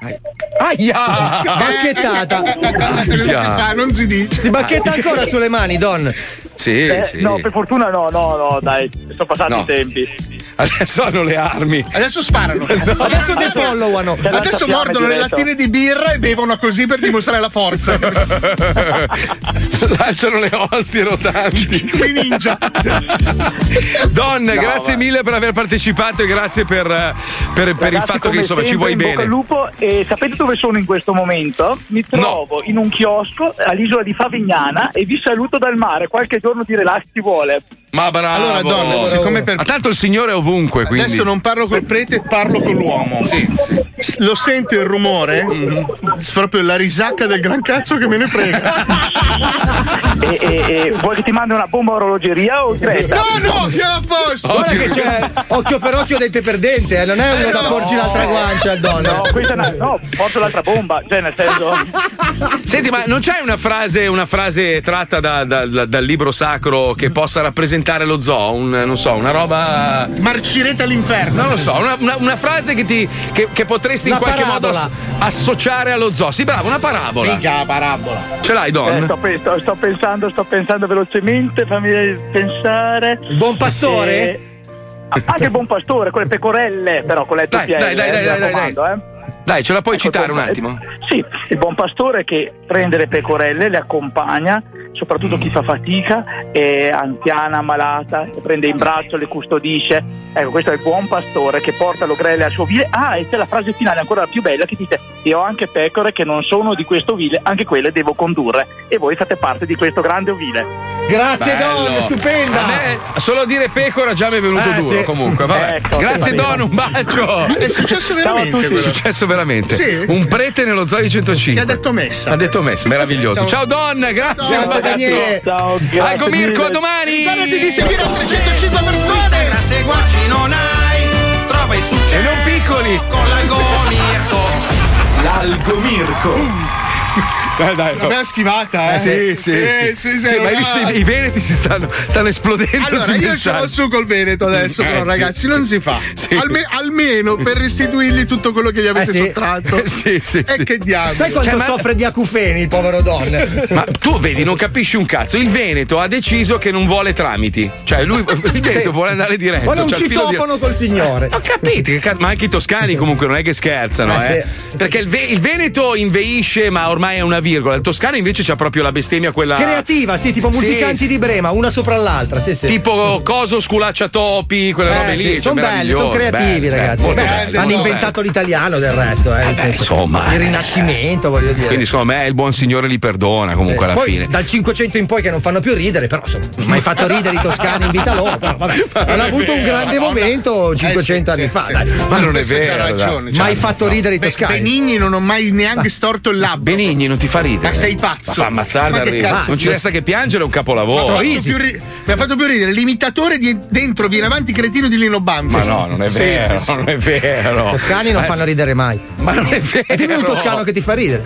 Aia! Bacchettata. Non si fa, non si dice. Si bacchetta ancora sulle mani, Don. Sì, Eh, sì. No, per fortuna no, no, no, dai, sono passati No. i tempi. Adesso hanno le armi. Adesso sparano. Adesso defollowano. Adesso mordono le lattine di birra e bevono così per dimostrare la forza. Lanciano le ostie rotanti. I ninja. Don, No, grazie va. mille per aver partecipato e grazie per, per, per il Ragazzi, fatto che come insomma ci sempre, vuoi in bocca bene. al lupo. E sapete dove sono in questo momento? Mi trovo in un chiosco all'isola di Favignana e vi saluto dal mare. Qualche giorno di relax ci vuole. Ma bravo. Allora, Don, siccome per- Ma tanto il Signore è ovunque, quindi. Adesso non parlo col prete, parlo con l'uomo. Sì, sì. Lo sente il rumore? Mm-hmm. Proprio la risacca del gran cazzo che me ne frega. E, e, e vuoi che ti mandi una bomba a orologeria o diretta? No, no, siamo a posto. Guarda che c'è occhio per occhio, dente per dente, eh, non è uno Eh, da no. porci l'altra guancia al Don. No, questa è una, no, porto l'altra bomba, cioè nel senso. Senti, ma non c'hai una frase, una frase tratta da- da- da- dal libro sacro che possa rappresentare lo zoo? Un, non so, una roba. Marcirete all'inferno. Non lo so, una, una- una frase che, ti, che, che potresti Una in qualche parabola. modo ass- associare allo zoo. Sì, bravo, una parabola. Mica parabola. Ce l'hai, Don? Eh, sto, pe- sto- sto pensando, sto pensando velocemente, fammi pensare. Il buon pastore? Eh, anche il buon pastore, con le pecorelle, però con le Dai, T P L, dai, dai, eh, dai, mi dai, dai, raccomando, eh. Dai, ce la puoi Ecco, citare un il- attimo? Sì, il buon pastore che prende le pecorelle, le accompagna, soprattutto chi fa fatica, è anziana, malata, le prende in braccio, le custodisce. Ecco, questo è il buon pastore che porta l'ogrele al suo vile. Ah, e c'è la frase finale ancora più bella che dice: io ho anche pecore che non sono di questo ovile, anche quelle devo condurre. E voi fate parte di questo grande ovile. Grazie Bello. Don, stupenda. A me solo dire pecora già mi è venuto Eh, duro. sì. Comunque, vabbè. Ecco, Grazie, sì, Don, un bacio. È successo veramente È quello. successo veramente. Sì. Un prete nello zoo di centocinque. Che ha detto messa. Ha detto messo, meraviglioso. Ciao Don, grazie. Grazie, un bacio. Daniele. Ciao, Algo Mirko, a domani. Ricordati di seguire trecentocinque persone. seguaci non hai, trova il successo. E non piccoli. Con l'algomirco. L'Algomirco. Dai, dai. L'abbiamo schivata, eh? Sì, sì, sì. sì, Sì, ma hai visto i, i veneti si stanno, stanno esplodendo Allora, sui io ce messaggi. l'ho su col Veneto adesso, Eh, però sì, ragazzi, sì. non si fa. Sì. Alme- almeno per restituirgli tutto quello che gli avete Eh, sì. sottratto. Eh, sì, sì, E sì. che diavolo. Sai quanto Cioè, ma- soffre di acufeni il povero Don? Ma tu vedi, non capisci un cazzo. Il Veneto ha deciso che non vuole tramiti. Cioè, lui il Veneto Sì. vuole andare diretto. Vuole un C'ha il filo di- citofono col signore. Ho capito, che cazzo- ma anche i toscani comunque non è che scherzano, Eh, eh. Perché il, Ve- il Veneto inveisce, ma ormai è una virgola. Il toscano invece c'ha proprio la bestemmia quella. Creativa, sì, tipo musicanti Sì, di Brema, una sopra l'altra, sì, sì. Tipo coso sculacciatopi, quelle Eh, robe sì, lì. cioè, sono belli, sono meravigliose, creativi, belli, ragazzi. molto Beh, belli, hanno molto inventato l'italiano del resto, eh, nel senso. insomma, il eh. Rinascimento, voglio dire. Quindi secondo me il buon signore li perdona comunque alla Poi fine. dal cinquecento in poi che non fanno più ridere, però insomma, non mai fatto ridere i toscani in vita loro. Però, vabbè, hanno avuto un grande momento cinquecento Eh, sì, anni sì, fa, sì. dai. Ma non è Questo c'ha vero, ragione, dai. Mai c'ha- fatto ridere i Be- toscani. Benigni non ho mai neanche storto il labbro. Benigni non ti fa ridere. Ma sei pazzo? Ma fa ammazzare Ma da che ridere. cazzo? Non ci resta che piangere, è un capolavoro. Mi ha fatto più ri- mi ha fatto più ridere l'imitatore di dentro viene avanti cretino di Lino Banfi. Ma no, non è Sì, vero, sì, sì. non è vero. I toscani non Eh, fanno ridere mai. Ma non è vero. E dimmi un toscano che ti fa ridere.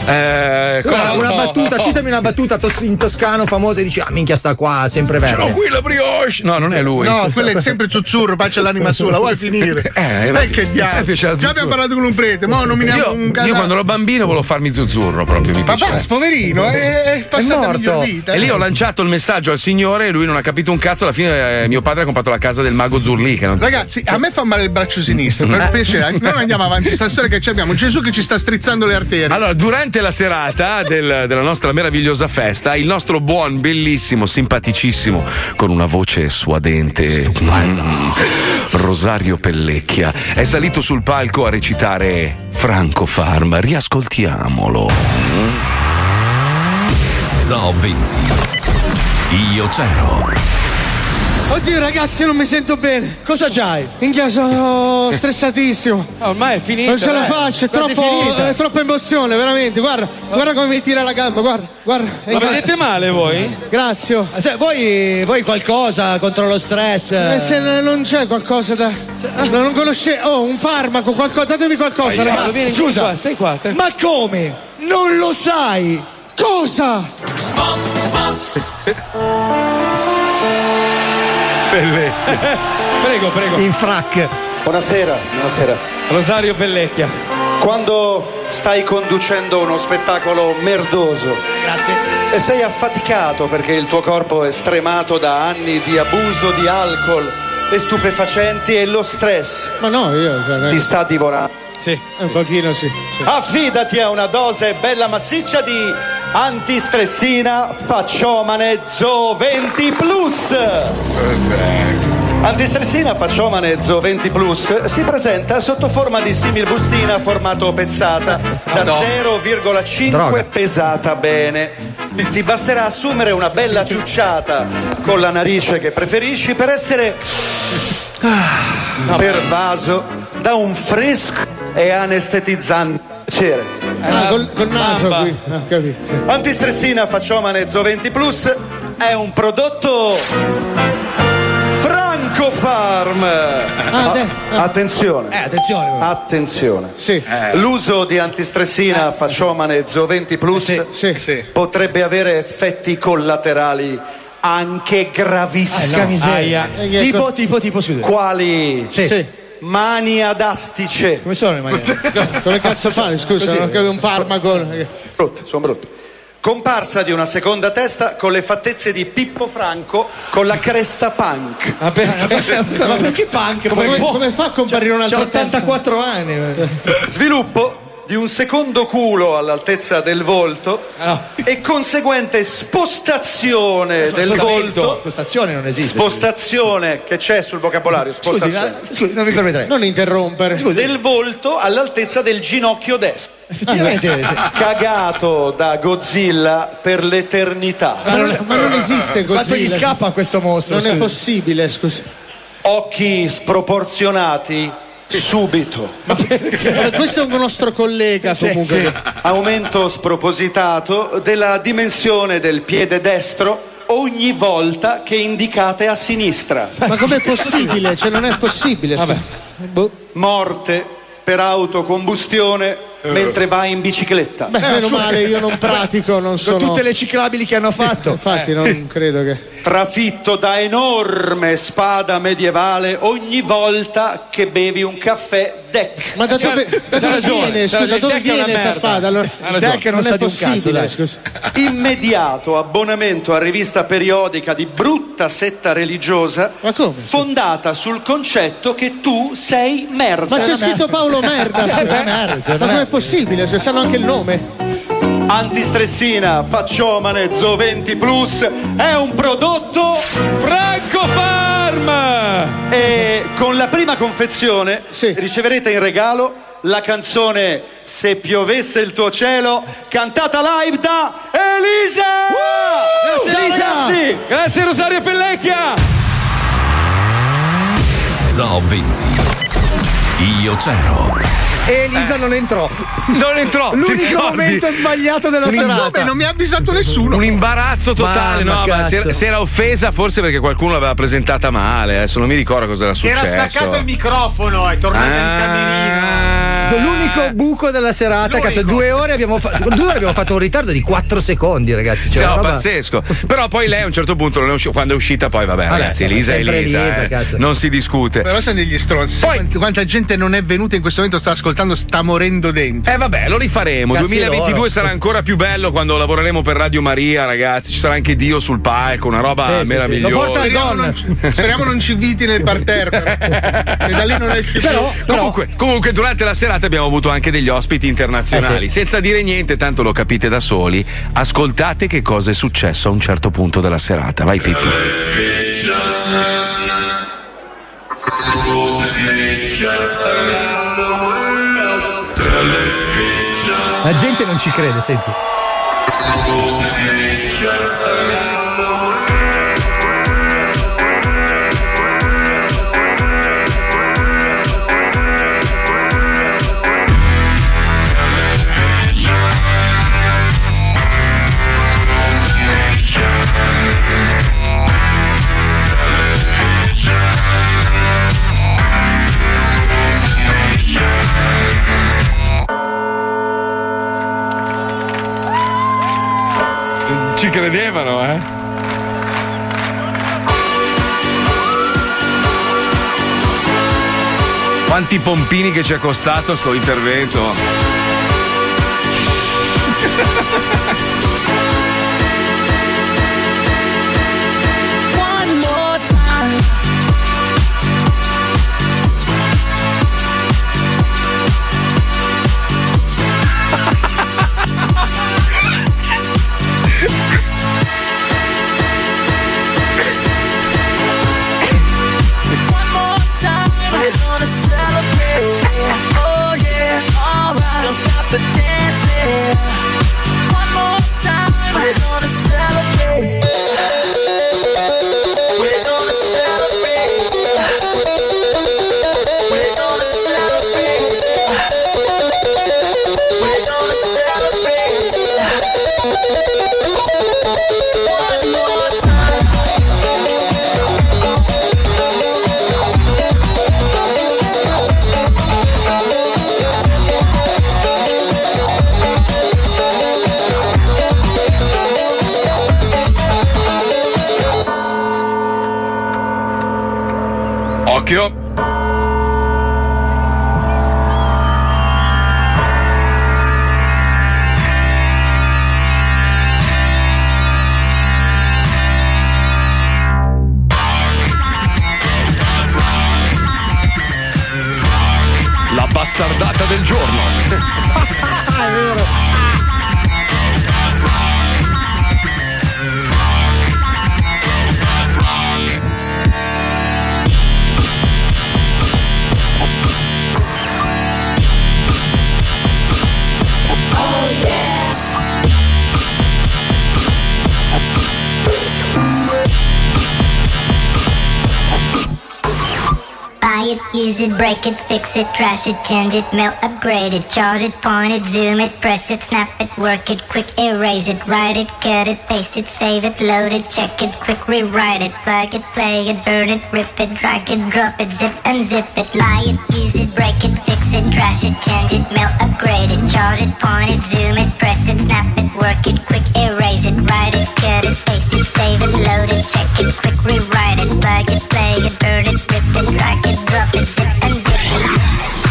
Eh, una, una battuta, citami una battuta tos- in toscano famosa e dici, ah minchia sta qua, sempre verde. C'ho qui la brioche. No, non è lui. No, quello è sempre Zuzzurro, pace l'anima sua, la vuoi finire? Eh, eh che diavolo. Già abbiamo parlato con un prete, ma nominiamo io, un io quando ero bambino volevo farmi Zuzzurro proprio. Mi Papà, poverino, è, è passata la miglior vita. E lì ho lanciato il messaggio al signore e lui non ha capito un cazzo. Alla fine eh, mio padre ha comprato la casa del mago Zurlì. Che non... Ragazzi, a me fa male il braccio sinistro. Per piacere, noi andiamo avanti stasera che abbiamo Gesù che ci sta strizzando le arterie. Allora, durante la serata del, della nostra meravigliosa festa, il nostro buon, bellissimo, simpaticissimo, con una voce suadente, mm, Rosario Pellecchia, è salito sul palco a recitare Franco Farm. Riascoltiamolo. Zoo venti. Io c'ero. Oddio ragazzi, non mi sento bene. Cosa c'hai? Minchia, sono stressatissimo. Ormai è finita. Non ce la dai. faccio, è Quasi troppo, finita. è troppa emozione, veramente. Guarda, guarda come mi tira la gamba, guarda, guarda. La vedete male voi? Grazie. Se, voi, voi qualcosa contro lo stress? Eh, se ne- non c'è qualcosa da. Non, non conosce. Oh, un farmaco, qualcosa, datemi qualcosa, Aia, ragazzi. vieni, scusa, qua, stai qua. Te. Ma come? Non lo sai? Cosa? Prego, prego. In frac. Buonasera, buonasera. Rosario Pellecchia. Quando stai conducendo uno spettacolo merdoso Grazie. e sei affaticato perché il tuo corpo è stremato da anni di abuso di alcol e stupefacenti e lo stress Ma no, io. ti sta divorando. Sì. Un pochino sì. sì. Affidati a una dose bella massiccia di antistressina facciomane Zoo venti Plus. Antistressina facciomane Zoo venti Plus si presenta sotto forma di similbustina formato pezzata da no. zero virgola cinque Droga. pesata bene. Ti basterà assumere una bella ciucciata con la narice che preferisci per essere ah, pervaso da un fresco e anestetizzante piacere. Ah, col, col naso qui. Ah, capito. Sì. Antistressina facciomane Zoo venti Plus è un prodotto Franco Farm. Ah, de- ah. Attenzione. Eh, attenzione. Attenzione. Sì. L'uso di antistressina facciomane Zoo venti Plus Sì, sì. potrebbe avere effetti collaterali anche gravissimi. Porca miseria. Aia. Tipo, tipo, tipo, scusa. Quali Sì. Sì. mani adastiche. Come sono le mani? Come cazzo fare? Scusa, Così. non capivo un farmaco. Brutte, sono brutte. Comparsa di una seconda testa con le fattezze di Pippo Franco con la cresta punk. Ma perché, ma perché punk? Come, Poi- come fa a comparire un'altra C'ho ottantaquattro anni. Sviluppo di un secondo culo all'altezza del volto e conseguente spostazione del volto. Spostazione non esiste. Spostazione che c'è sul vocabolario. Scusi, Spostazione. eh, scusi, non mi permetterei. Non interrompere. Del volto all'altezza del ginocchio destro. Effettivamente. sì. Cagato da Godzilla per l'eternità. Ma non, ma non esiste così. Quanto gli scappa a questo mostro? Non è scusi? possibile, scusi. Occhi sproporzionati subito. Ma questo è un nostro collega comunque. Sì. Aumento spropositato della dimensione del piede destro ogni volta che indicate a sinistra. Ma com'è possibile? Cioè non è possibile. Vabbè. Boh. Morte per autocombustione mentre vai in bicicletta. Beh, meno male, io non pratico, non sono. Con tutte le ciclabili che hanno fatto. Infatti, non credo che. Trafitto da enorme spada medievale ogni volta che bevi un caffè Deck. Ma da dove, da dove viene, scusa, da dove viene questa spada? Allora, Deck non sa è di un cazzo, possibile, dai. scusa. Immediato abbonamento a rivista periodica di brutta setta religiosa fondata sul concetto che tu sei merda. Ma c'è scritto Paolo Merda. scusa. Ma com'è possibile? Se sanno anche il nome. Antistressina facciomane Zoo venti Plus è un prodotto Franco Farm e con la prima confezione riceverete in regalo la canzone Se piovesse il tuo cielo cantata live da Elisa. Grazie, Ciao, Elisa. ragazzi. Grazie Rosario Pellecchia. Zoo venti. Io c'ero. E Elisa non entrò. Non entrò. L'unico momento sbagliato della serata. Non mi ha avvisato nessuno. Un imbarazzo totale, Mamma no? Ma si era, cazzo. si era offesa forse perché qualcuno l'aveva presentata male. Adesso non mi ricordo cosa era Si successo. era staccato il microfono, è tornato in camerino. L'unico buco della serata, cazzo, due ore abbiamo fatto. Due ore abbiamo fatto un ritardo di quattro secondi, ragazzi. Cioè, No, una roba- pazzesco. Però poi lei a un certo punto non è usci- quando è uscita, poi vabbè, Vabbè, ragazzi, insomma, Elisa è sempre Elisa. Elisa, eh. cazzo. Non si discute. Però sono degli stronzi. Sai quant- quanta gente non è venuta in questo momento, sta ascoltando, sta morendo dentro. Eh vabbè, lo rifaremo. Cazzi duemilaventidue loro. sarà ancora più bello quando lavoreremo per Radio Maria, ragazzi. Ci sarà anche Dio sul palco, una roba Sì, sì, sì. meravigliosa. Lo porta il Speriamo Don. non- speriamo non ci viti nel parterre. E da lì non esce più. Comunque, comunque, durante la serata abbiamo avuto anche degli ospiti internazionali. Eh sì. Senza dire niente, tanto lo capite da soli. Ascoltate che cosa è successo a un certo punto della serata. Vai, Pippi. La gente non ci crede, senti. Ci credevano, eh? Quanti pompini che ci è costato sto intervento. One more time. One more time, we're gonna celebrate. Oh yeah, alright, don't stop the dancing. One more time, we're gonna celebrate. We're gonna celebrate. We're gonna celebrate. We're gonna celebrate. One more time. Occhio. La bastardata del giorno. È vero. Buy it, use it, break it, fix it, trash it, change it, melt, upgrade it, charge it, point it, zoom it, press it, snap it, work it, quick erase it, write it, cut it, paste it, save it, load it, check it, quick rewrite it, plug it, play it, burn it, rip it, drag it, drop it, zip and zip it, lie it, use it, break it, fix it, trash it, change it, melt, upgrade it, charge it, point it, zoom it, press it, snap it, work it, quick erase it, write it, cut it, paste it, save it, load it, check it, quick rewrite it, plug it, play it, burn it, rip it, drag it, drop it, zip and zip it.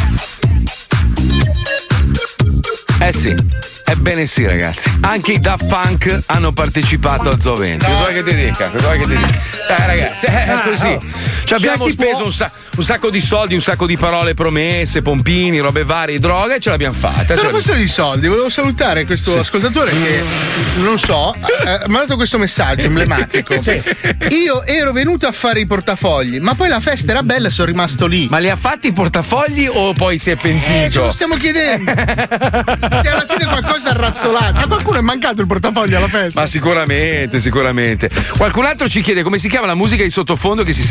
Eh sì, ebbene sì ragazzi, anche i Daft Punk hanno partecipato a Zoo venti. Cosa vuoi che ti dica? Cosa vuoi che ti dica? Eh ragazzi, è Ah, così. oh. Ci abbiamo C'è chi speso può- un, sa- un sacco di soldi, un sacco di parole promesse, pompini, robe varie, droga e ce l'abbiamo fatta. Per ce l'abbiamo- proposito di soldi, volevo salutare questo Sì. ascoltatore che non so, eh, mi ha dato questo messaggio emblematico. Sì. Io ero venuto a fare i portafogli, ma poi la festa era bella e sono rimasto lì. Ma li ha fatti i portafogli o poi si è pentito? Eh, ce lo stiamo chiedendo. Se alla fine qualcosa ha razzolato. A qualcuno è mancato il portafoglio alla festa. Ma sicuramente, sicuramente. Qualcun altro ci chiede come si chiama la musica di sottofondo che si sentiva all'inizio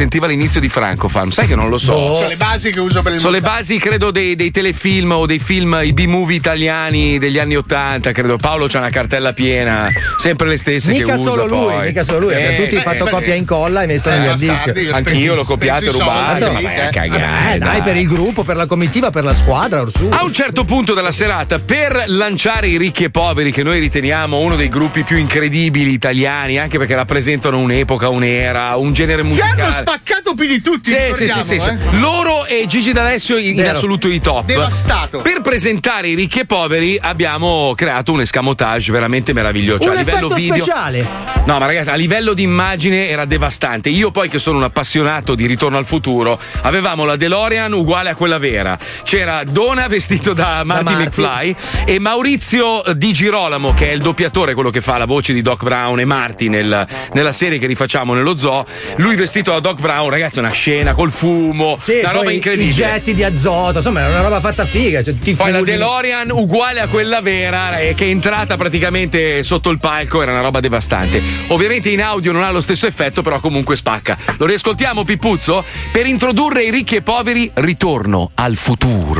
all'inizio di Franco Farm? Sai che non lo so. Oh. Sono le basi che uso per il Sono le montaggio. basi, credo, dei, dei telefilm o dei film, i B-movie italiani degli anni Ottanta, credo. Paolo c'ha una cartella piena, sempre le stesse Mica che usa solo lui, poi. mica solo lui, Eh, abbiamo tutti eh, fatto eh, copia e incolla e messo eh, negli hard bastardi, disk. Anch'io l'ho copiato e rubato, ma vai a cagare. Eh, dai, per il gruppo, per la comitiva, per la squadra, Orsù. A un certo punto della serata, per lanciare i ricchi e poveri, che noi riteniamo uno dei gruppi più incredibili italiani, anche perché rappresentano un'epoca, un'era, un genere Che musicale. hanno spaccato più di tutti, Sì, sì, sì, sì, sì. eh. Loro e Gigi D'Alessio in, in Vero. assoluto i top. Devastato. Per presentare i ricchi e poveri abbiamo creato un escamotage veramente meraviglioso. Cioè, Un a livello effetto video. speciale. No, ma ragazzi, a livello di immagine era devastante. Io poi che sono un appassionato di Ritorno al futuro, avevamo la DeLorean uguale a quella vera. C'era Dona vestito da Marty, Marty. McFly e Maurizio Di Girolamo, che è il doppiatore, quello che fa la voce di Doc Brown e Marty nel- nella serie che rifacciamo nello zoo. Lui vestito da Doc Brown, ragazzi, una scena col fumo, Sì, una roba poi incredibile. i getti di azoto, insomma, era una roba fatta figa. Cioè, ti Poi la fulmini. DeLorean uguale a quella vera, eh, che è entrata praticamente sotto il palco, era una roba devastante. Ovviamente in audio non ha lo stesso effetto, però comunque spacca. Lo riascoltiamo, Pippuzzo? Per introdurre i ricchi e poveri, Ritorno al futuro.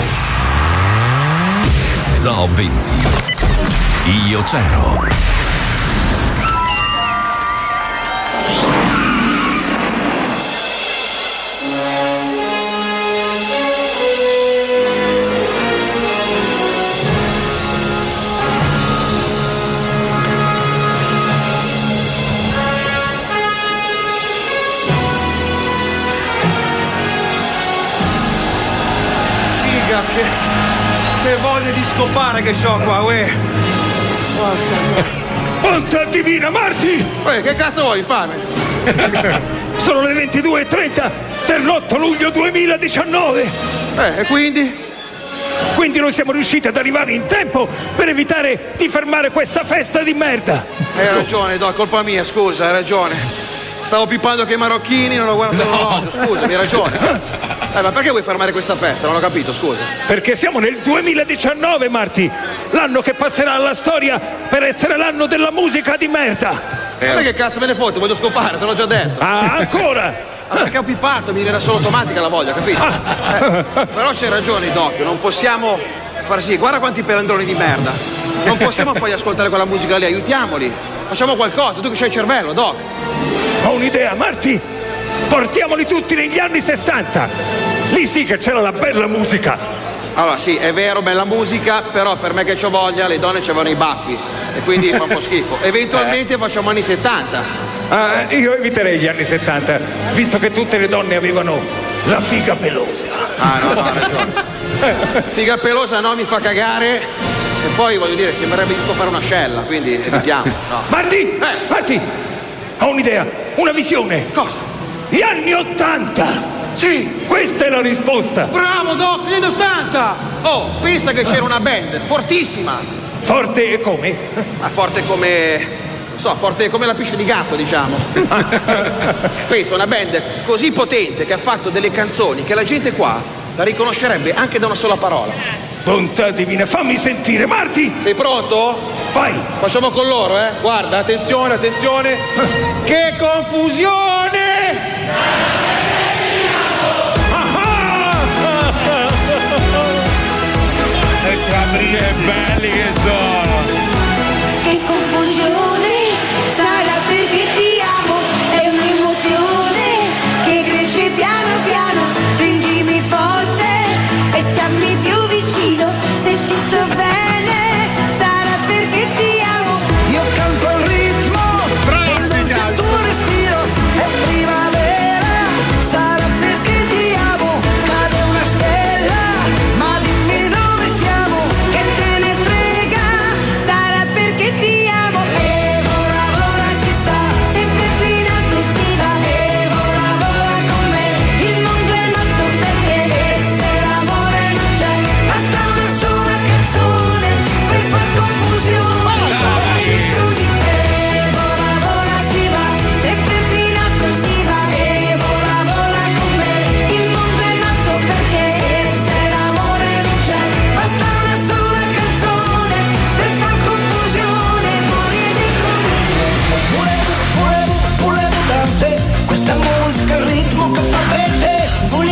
Zoo venti. Io c'ero. Figa, che, che voglia di scopare che c'ho qua, uè. Bontà divina, Marti! Uè, che cazzo vuoi, infame? Sono le ventidue e trenta dell'otto luglio duemiladiciannove! Eh, e quindi? Quindi non siamo riusciti ad arrivare in tempo per evitare di fermare questa festa di merda! Hai ragione, Doc, colpa mia, scusa, hai ragione. Stavo pippando che i marocchini, non ho guardato l'orologio, scusa, hai ragione. Eh, ma perché vuoi fermare questa festa? Non ho capito, scusa. Perché siamo nel duemiladiciannove, Marti! L'anno che passerà alla storia per essere l'anno della musica di merda! Eh. Ma che cazzo me ne fotti? Voglio scopare, te l'ho già detto. Ah, ancora? Ah, perché ho pippato, mi viene solo automatica la voglia, capito? Eh, però c'hai ragione, Doc, non possiamo far sì, guarda quanti pelandroni di merda. Non possiamo fargli ascoltare quella musica lì, aiutiamoli. Facciamo qualcosa, tu che c'hai il cervello, Doc. Ho un'idea, Marti! Portiamoli tutti negli anni sessanta! Lì sì che c'era la bella musica! Allora sì, è vero, bella musica, però per me che c'ho voglia, le donne c'avevano i baffi e quindi fa un po' schifo. Eventualmente facciamo anni settanta. Ah, io eviterei gli anni settanta, visto che tutte le donne avevano la figa pelosa. Ah no, no, ha ragione. Figa pelosa no, mi fa cagare. E poi voglio dire, sembrerebbe di scopare un'ascella, quindi evitiamo. No. Marti! Eh. Marti! Ho un'idea, una visione! Cosa? Gli anni ottanta! Sì! Questa è la risposta! Bravo, Doc, gli anni ottanta! Oh, pensa che c'era una band fortissima! Forte come? Ma forte come... non so, forte come la piscia di gatto, diciamo. Cioè, pensa, una band così potente che ha fatto delle canzoni che la gente qua la riconoscerebbe anche da una sola parola. Bontà divina, fammi sentire, Marti! Sei pronto? Vai! Facciamo con loro, eh? Guarda, attenzione, attenzione! Che confusione! Che belli che sono! Che confusione sarà perché ti amo, è un'emozione che cresce piano piano, stringimi forte e stammi più vicino, se ci sto bene sarà perché ti amo, io canto al ritmo, dolce il tuo respiro, è primavera, sarà perché ti amo, cade una stella, ma dimmi dove siamo, che te ne frega,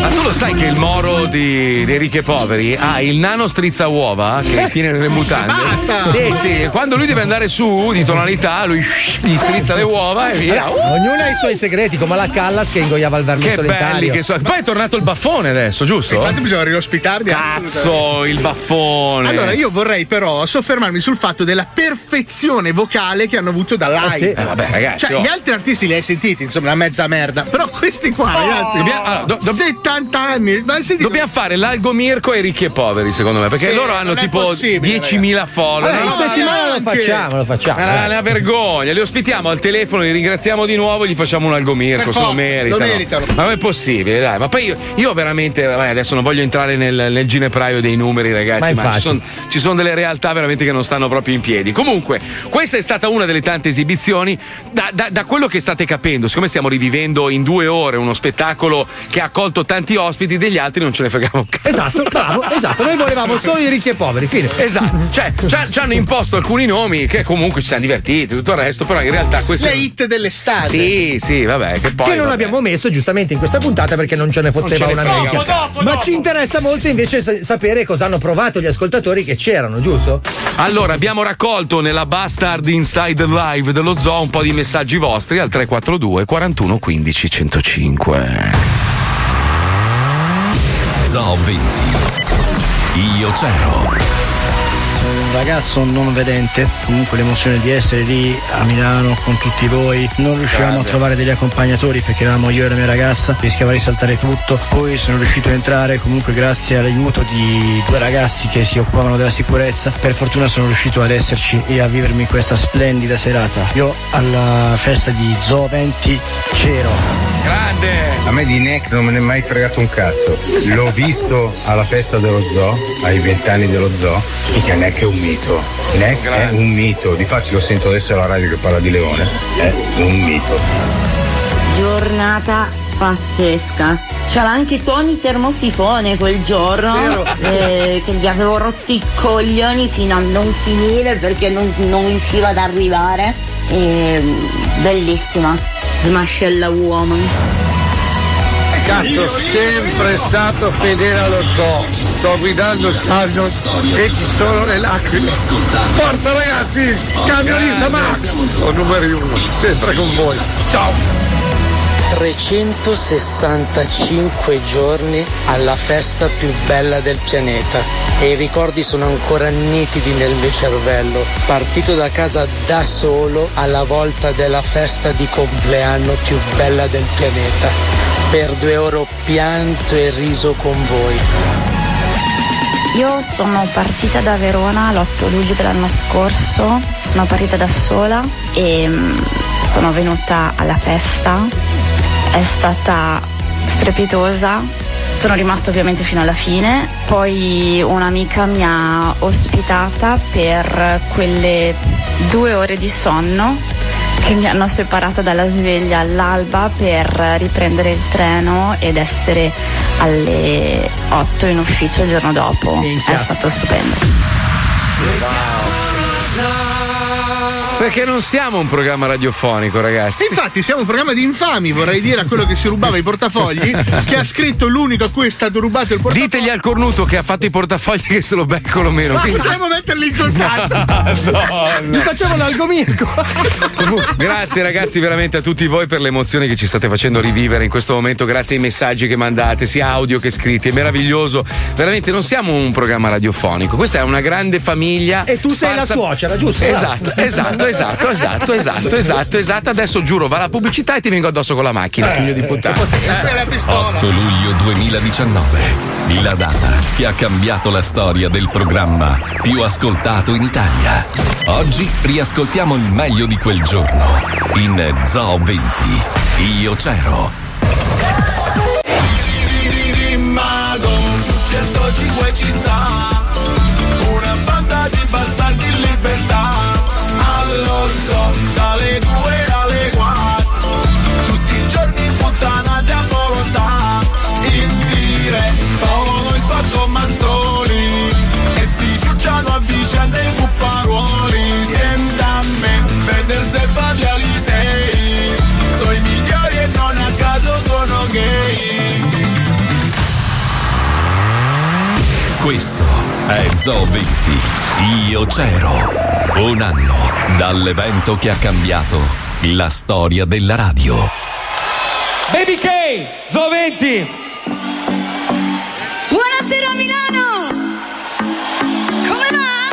Ma tu lo sai che il moro di, dei ricchi e poveri ha il nano strizza uova che tiene nelle mutande? Basta! Sì, sì, quando lui deve andare su di tonalità, lui gli strizza le uova e via. Allora, ognuno ha i suoi segreti, come la Callas che ingoiava il verme Che solitario. belli che so. Poi è tornato il baffone adesso, giusto? Infatti bisogna riospitarli. Cazzo, il baffone. Allora, io vorrei però soffermarmi sul fatto della perfezione vocale che hanno avuto da live. Ah, sì? Eh, vabbè, ragazzi, Cioè, oh. gli altri artisti li hai sentiti, insomma, una mezza merda. Però questi qua, ragazzi, Dobbiamo- allora, do- do- settanta anni. Ma senti- Dobbiamo fare l'Algo Mirko ai ricchi e poveri, secondo me, perché Sì, loro hanno non è tipo possibile, diecimila follower. Allora, in No, settimana lo neanche. facciamo, lo facciamo. È una, una vergogna, li ospitiamo al telefono, li ringraziamo di nuovo e gli facciamo un Algo Mirko, Per se lo forza, meritano. lo meritano. Ma non è possibile, dai. Ma poi io, io veramente, vabbè, adesso non voglio entrare nel, nel ginepraio dei numeri, ragazzi, Ma ma, infatti. ci sono ci son delle realtà veramente che non stanno proprio in piedi. Comunque, questa è stata una delle tante esibizioni. Da, da- da quello che state capendo, siccome stiamo rivivendo in due ore uno spettacolo che ha accolto tanti ospiti, degli altri non ce ne fregava un cazzo. Esatto, bravo, esatto. Noi volevamo solo i ricchi e poveri, fine. Esatto, cioè ci ha- ci hanno imposto alcuni nomi che comunque ci siamo divertiti, tutto il resto, però in realtà queste. Le hit dell'estate. Sì, sì, vabbè, che poi. che non vabbè. abbiamo messo giustamente in questa puntata perché non ce ne fotteva ce ne una frega minchia. un cazzo. Ma ci interessa molto invece sa- sapere cosa hanno provato gli ascoltatori che c'erano, giusto? Allora, abbiamo raccolto nella Bastard Inside Live dello Zoo un po' di messaggi vostri al tre quattro due quarantuno quindici centocinque. Zoo venti. Io c'ero. Un ragazzo non vedente, comunque l'emozione di essere lì a Milano con tutti voi, non riuscivamo Grande. a trovare degli accompagnatori perché eravamo io e la mia ragazza, rischiava di saltare tutto, poi sono riuscito a entrare comunque grazie all'aiuto di due ragazzi che si occupavano della sicurezza, per fortuna sono riuscito ad esserci e a vivermi questa splendida serata. Io alla festa di Zoo venti c'ero. Grande! A me di Neck non me ne è mai fregato un cazzo. L'ho visto alla festa dello zoo, ai vent'anni dello zoo, mica Neck è un mito. Neck è un mito. Difatti lo sento adesso alla radio che parla di Leone. È un mito. Giornata pazzesca. C'era anche Tony Termosifone quel giorno, eh, che gli avevo rotto i coglioni fino a non finire perché non, non riusciva ad arrivare. E, bellissima. Smascella Woman. Cazzo, sempre stato fedele allo zoo. Sto guidando il camion e ci sono le lacrime. Forza ragazzi, camionista Max! Sono numero uno, sempre con voi. Ciao! trecentosessantacinque giorni alla festa più bella del pianeta e i ricordi sono ancora nitidi nel mio cervello. Partito da casa da solo alla volta della festa di compleanno più bella del pianeta. Per due ore ho pianto e riso con voi. Io sono partita da Verona l'otto luglio dell'anno scorso, sono partita da sola e mm, sono venuta alla festa. È stata strepitosa, sono rimasta ovviamente fino alla fine, poi un'amica mi ha ospitata per quelle due ore di sonno che mi hanno separata dalla sveglia all'alba per riprendere il treno ed essere alle otto in ufficio il giorno dopo. Minchia. È stato stupendo. Perché non siamo un programma radiofonico, ragazzi. Infatti siamo un programma di infami, vorrei dire a quello che si rubava i portafogli, che ha scritto l'unico a cui è stato rubato il portafoglio. Ditegli al cornuto che ha fatto i portafogli che se lo beccano meno. Ma Quindi- potremmo metterli in contatto. Madonna. Gli facciamo l'algomirco. Comunque, grazie ragazzi veramente a tutti voi per le emozioni che ci state facendo rivivere in questo momento, grazie ai messaggi che mandate, sia audio che scritti, è meraviglioso. Veramente non siamo un programma radiofonico, questa è una grande famiglia. E tu sei la sparsa- suocera, giusto? Esatto, esatto, esatto, esatto, esatto, esatto, esatto. Adesso giuro, va la pubblicità e ti vengo addosso con la macchina, figlio di puttana. otto luglio duemiladiciannove. La data che ha cambiato la storia del programma più ascoltato in Italia. Oggi riascoltiamo il meglio di quel giorno in Zoo venti. Io c'ero. Mago, su centocinque ci sta una banda di bastardi in libertà. Allo zoo, dalle due alle quattro, tutti i giorni puttanate a volontà. In diretta, noi spacco mazzoli e si ciucciano a vicenda i cupparuoli. Senta a me, vedersi e farli Alisei, sono i migliori e non a caso sono gay. È Zoo venti. Io c'ero. Un anno dall'evento che ha cambiato la storia della radio. Baby K, Zoo venti. Buonasera Milano! Come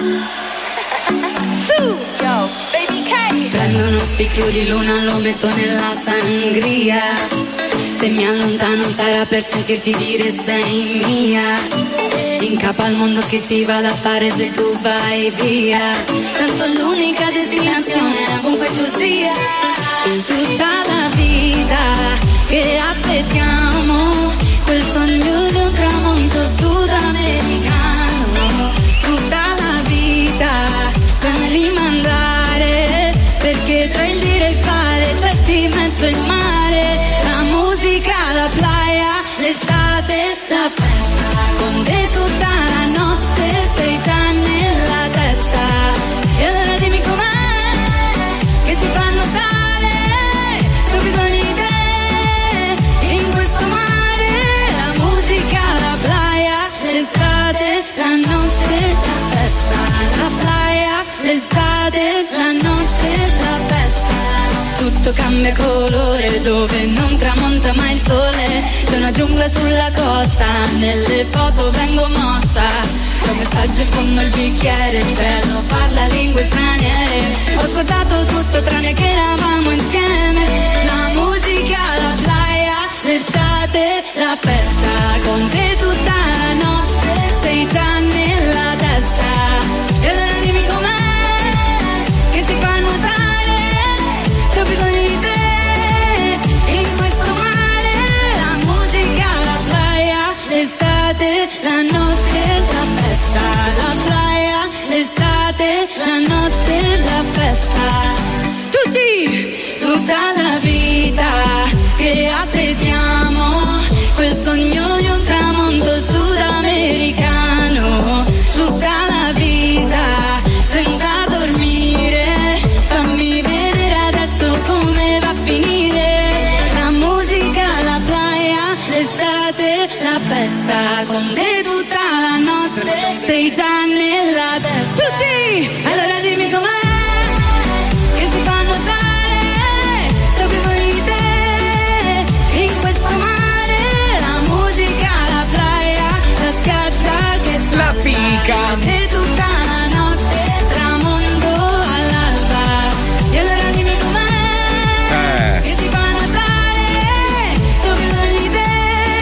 va? Su! Yo, Baby K! Prendo uno spicchio di luna, lo metto nella sangria. Se mi allontano sarà per sentirti dire sei mia. In capo al mondo che ci vado a fare se tu vai via. Tanto l'unica destinazione è ovunque tu sia. Tutta la vita che aspettiamo, quel sogno di un tramonto sudamericano. Tutta la vita da rimandare, perché tra il dire e il fare c'è di mezzo il mare. La musica, la playa, l'estate, la festa. Con te tutta la notte sei già nella testa. E allora dimmi com'è che ti fa notare se ho bisogno di te in questo mare. La musica, la playa, l'estate, la notte, la festa. La playa, l'estate, la notte, la festa. Tutto cambia colore dove non tramonta mai il sole. C'è una giungla sulla costa, nelle foto vengo mossa. C'è un messaggio in fondo al bicchiere, il cielo parla lingue straniere. Ho ascoltato tutto tranne che eravamo insieme. La musica, la playa, l'estate, la festa. Con te tutta la notte sei già nella testa. E allora dimmi com'è che ti fa nuotare se ho bisogno di te in questo mare. La musica, la playa, l'estate, la notte, la festa. La playa, l'estate, la notte, la festa. Tutti, tutta la vita che aspettiamo, quel sogno di un tramonto sudamericano. Tutta la vita senza dormire, fammi vedere adesso come va a finire. La musica, la playa, l'estate, la festa. Con te tutta la notte sei già nella testa. Tutti! Allora dimmi com'è che ti fa notare se ho bisogno di te in questo mare. La musica, la playa, la scaccia che salta. La pica. Con te tutta la notte, tramonto all'alba. E allora dimmi com'è Eh. che ti fa notare se ho bisogno di te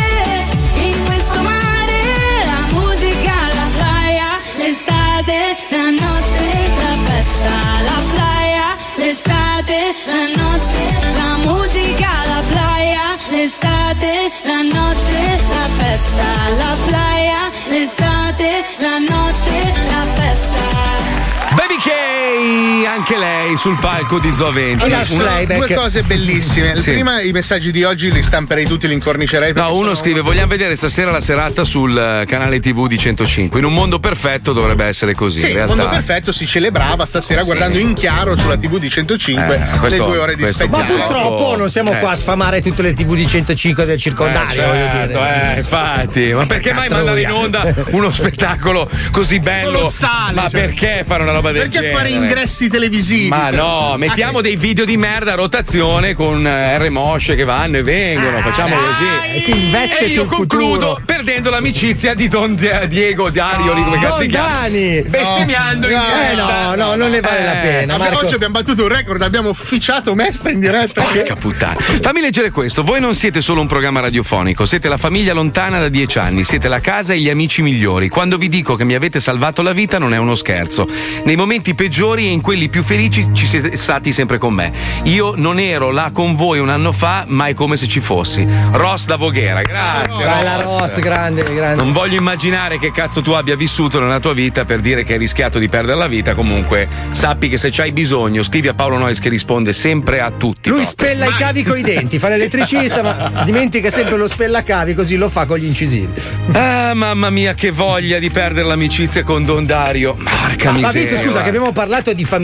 in questo mare. La musica, la playa, l'estate, la notte, la festa. La playa, l'estate, la notte, la musica, la playa, l'estate, la notte, la festa. La playa, l'estate, la notte, la festa. Baby K, anche lei sul palco di Zoo venti. Allora, sono due cose bellissime. Sì. Prima i messaggi di oggi li stamperei tutti, li incornicerei. No, uno sono... scrive: vogliamo vedere stasera la serata sul eh, canale tivù di centocinque. In un mondo perfetto dovrebbe essere così. Sì, in il realtà. mondo perfetto si celebrava stasera Sì. guardando in chiaro sulla tivù di centocinque Eh, questo- le due ore di questo- Ma spettacolo. purtroppo non siamo Eh. qua a sfamare tutte le tivù di centocinque del circondario, Eh, voglio certo, dire. eh, infatti, ma perché mai mandare in onda uno spettacolo così bello? Colossale, Ma cioè. perché fare una roba del Perché genere? fare ingressi televisivi? Ma no, mettiamo dei video di merda a rotazione con eh, R Mosce che vanno e vengono, facciamo così. Eh, si investe e io sul concludo futuro. perdendo l'amicizia di Don Di- Diego Dario, lì come cazzo Don si chiama? Dani! Bestemmiando in No, diretta. eh, no, no, non ne vale la pena. Vabbè, Marco. oggi abbiamo battuto un record, abbiamo ufficiato Mesta in diretta. Porca puttana. Fammi leggere questo. Voi non siete solo un programma radiofonico, siete la famiglia lontana da dieci anni, siete la casa e gli amici migliori. Quando vi dico che mi avete salvato la vita non è uno scherzo. Nei momenti peggiori e in quelli più felici ci siete stati sempre con me. Io non ero là con voi un anno fa, ma è come se ci fossi. Ross da Voghera, grazie. Vai la Ross, grande, grande. Non voglio immaginare che cazzo tu abbia vissuto nella tua vita per dire che hai rischiato di perdere la vita. Comunque, sappi che se c'hai bisogno, scrivi a Paolo Nois che risponde sempre a tutti. Lui proprio. spella i cavi coi denti, fa l'elettricista, ma dimentica sempre lo spellacavi, così lo fa con gli incisivi. Ah, mamma mia, che voglia di perdere l'amicizia con Don Dario. Marca Ma miseria. visto, scusa, che abbiamo parlato di famiglia,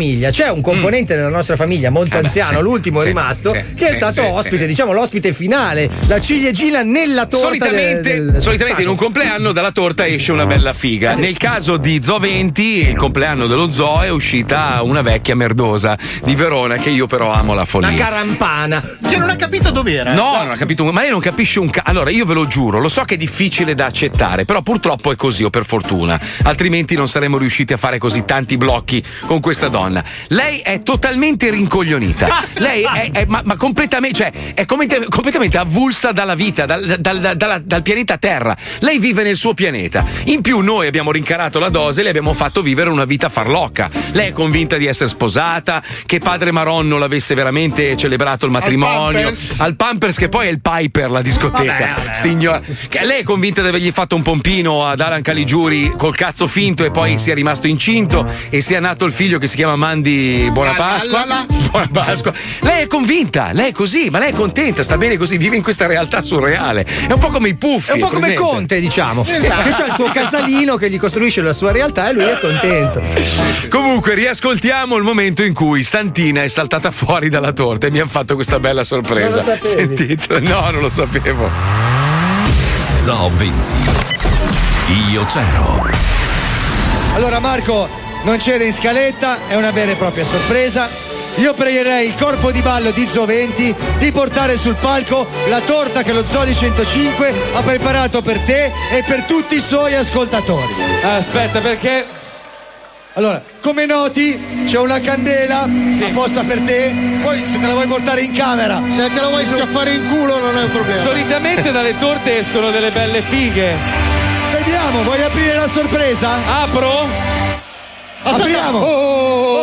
famiglia c'è un componente mm. della nostra famiglia molto eh beh, anziano, sì, l'ultimo sì, rimasto, sì, che è sì, stato sì, ospite, sì. diciamo l'ospite finale, la ciliegina nella torta. Solitamente, del, del solitamente in un compleanno dalla torta esce una bella figa. Sì. Nel caso di Zoo venti, il compleanno dello zoo, è uscita una vecchia merdosa di Verona, che io però amo la follia. Una carampana. Che non ha capito dov'era. No, non ha capito, ma lei non capisce un ca... Allora, io ve lo giuro, lo so che è difficile da accettare, però purtroppo è così, o per fortuna. Altrimenti non saremmo riusciti a fare così tanti blocchi con questa donna. Lei è totalmente rincoglionita. Lei è, è ma, ma completamente, cioè, è completamente, completamente avulsa dalla vita, dal, dal, dal, dal, dal pianeta Terra. Lei vive nel suo pianeta. In più noi abbiamo rincarato la dose e le abbiamo fatto vivere una vita farlocca. Lei è convinta di essere sposata, che padre Maronno l'avesse veramente celebrato il matrimonio. Al Pampers, al Pampers che poi è il Piper, la discoteca. Vabbè, vabbè. Stigno... Che lei è convinta di avergli fatto un pompino ad Alan Caligiuri col cazzo finto e poi sia rimasto incinto e sia nato il figlio che si chiama Mandi Buona Pasqua. Buona Pasqua. Lei è convinta, lei è così, ma lei è contenta, sta bene così, vive in questa realtà surreale. È un po' come i Puffi. È un po' come presente? Conte, diciamo. Esatto. Che c'ha il suo casalino che gli costruisce la sua realtà e lui è contento. Comunque, riascoltiamo il momento in cui Santina è saltata fuori dalla torta e mi hanno fatto questa bella sorpresa. Non lo sapevi? Sentite? No, non lo sapevo. Zoo venti. Io c'ero. Allora Marco, non c'era in scaletta, è una vera e propria sorpresa. Io pregherei il corpo di ballo di Zoo venti di portare sul palco la torta che lo Zoo di centocinque ha preparato per te e per tutti i suoi ascoltatori. Aspetta, perché? Allora, come noti, c'è una candela sì. apposta per te, poi se te la vuoi portare in camera. Se te la vuoi schiaffare in culo non è un problema. Solitamente dalle torte escono delle belle fighe. Vediamo, vuoi aprire la sorpresa? Apro? Aspetta. Apriamo! Oh, oh,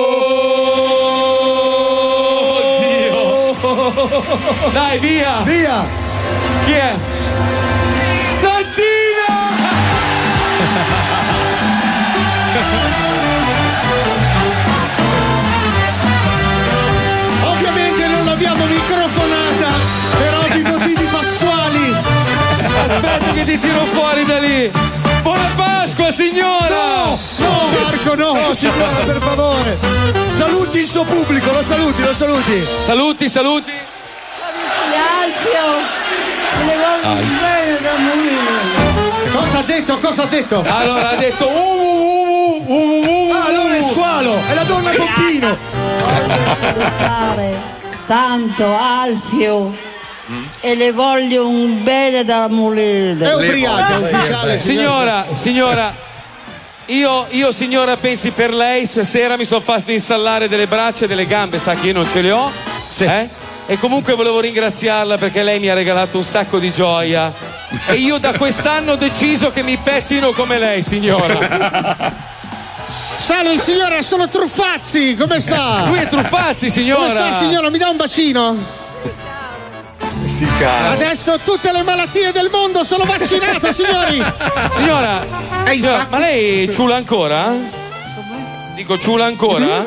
oh, oh, Oddio! Dai, via! Via! Chi è? Santina! Ovviamente non l'abbiamo microfonata per ovvi motivi pasquali. Aspetta che ti tiro fuori da lì. Buona Pasqua, signora! No! No, Marco, no! No, signora, per favore! Saluti il suo pubblico, lo saluti, lo saluti! Saluti, saluti! Cosa ha detto? Cosa ha detto? Allora ha detto uh, uh, uh, uh, uh, ah, allora è Squalo, è la donna Pompino. Voglio salutare tanto Alfio mm. e le voglio un bene da mulino. È ubriaca, ufficiale. Signora, signora, io, io signora pensi per lei, stasera mi sono fatto installare delle braccia e delle gambe, sa che io non ce le ho. Sì. Eh? E comunque volevo ringraziarla perché lei mi ha regalato un sacco di gioia e io da quest'anno ho deciso che mi pettino come lei, signora. Salve signora, sono Truffazzi, come sta? Lui è Truffazzi, signora. Come sta signora, mi dà un bacino? Si cala. Adesso tutte le malattie del mondo sono vaccinate, signori. Signora, signora, ma lei ciula ancora? Dico ciula ancora?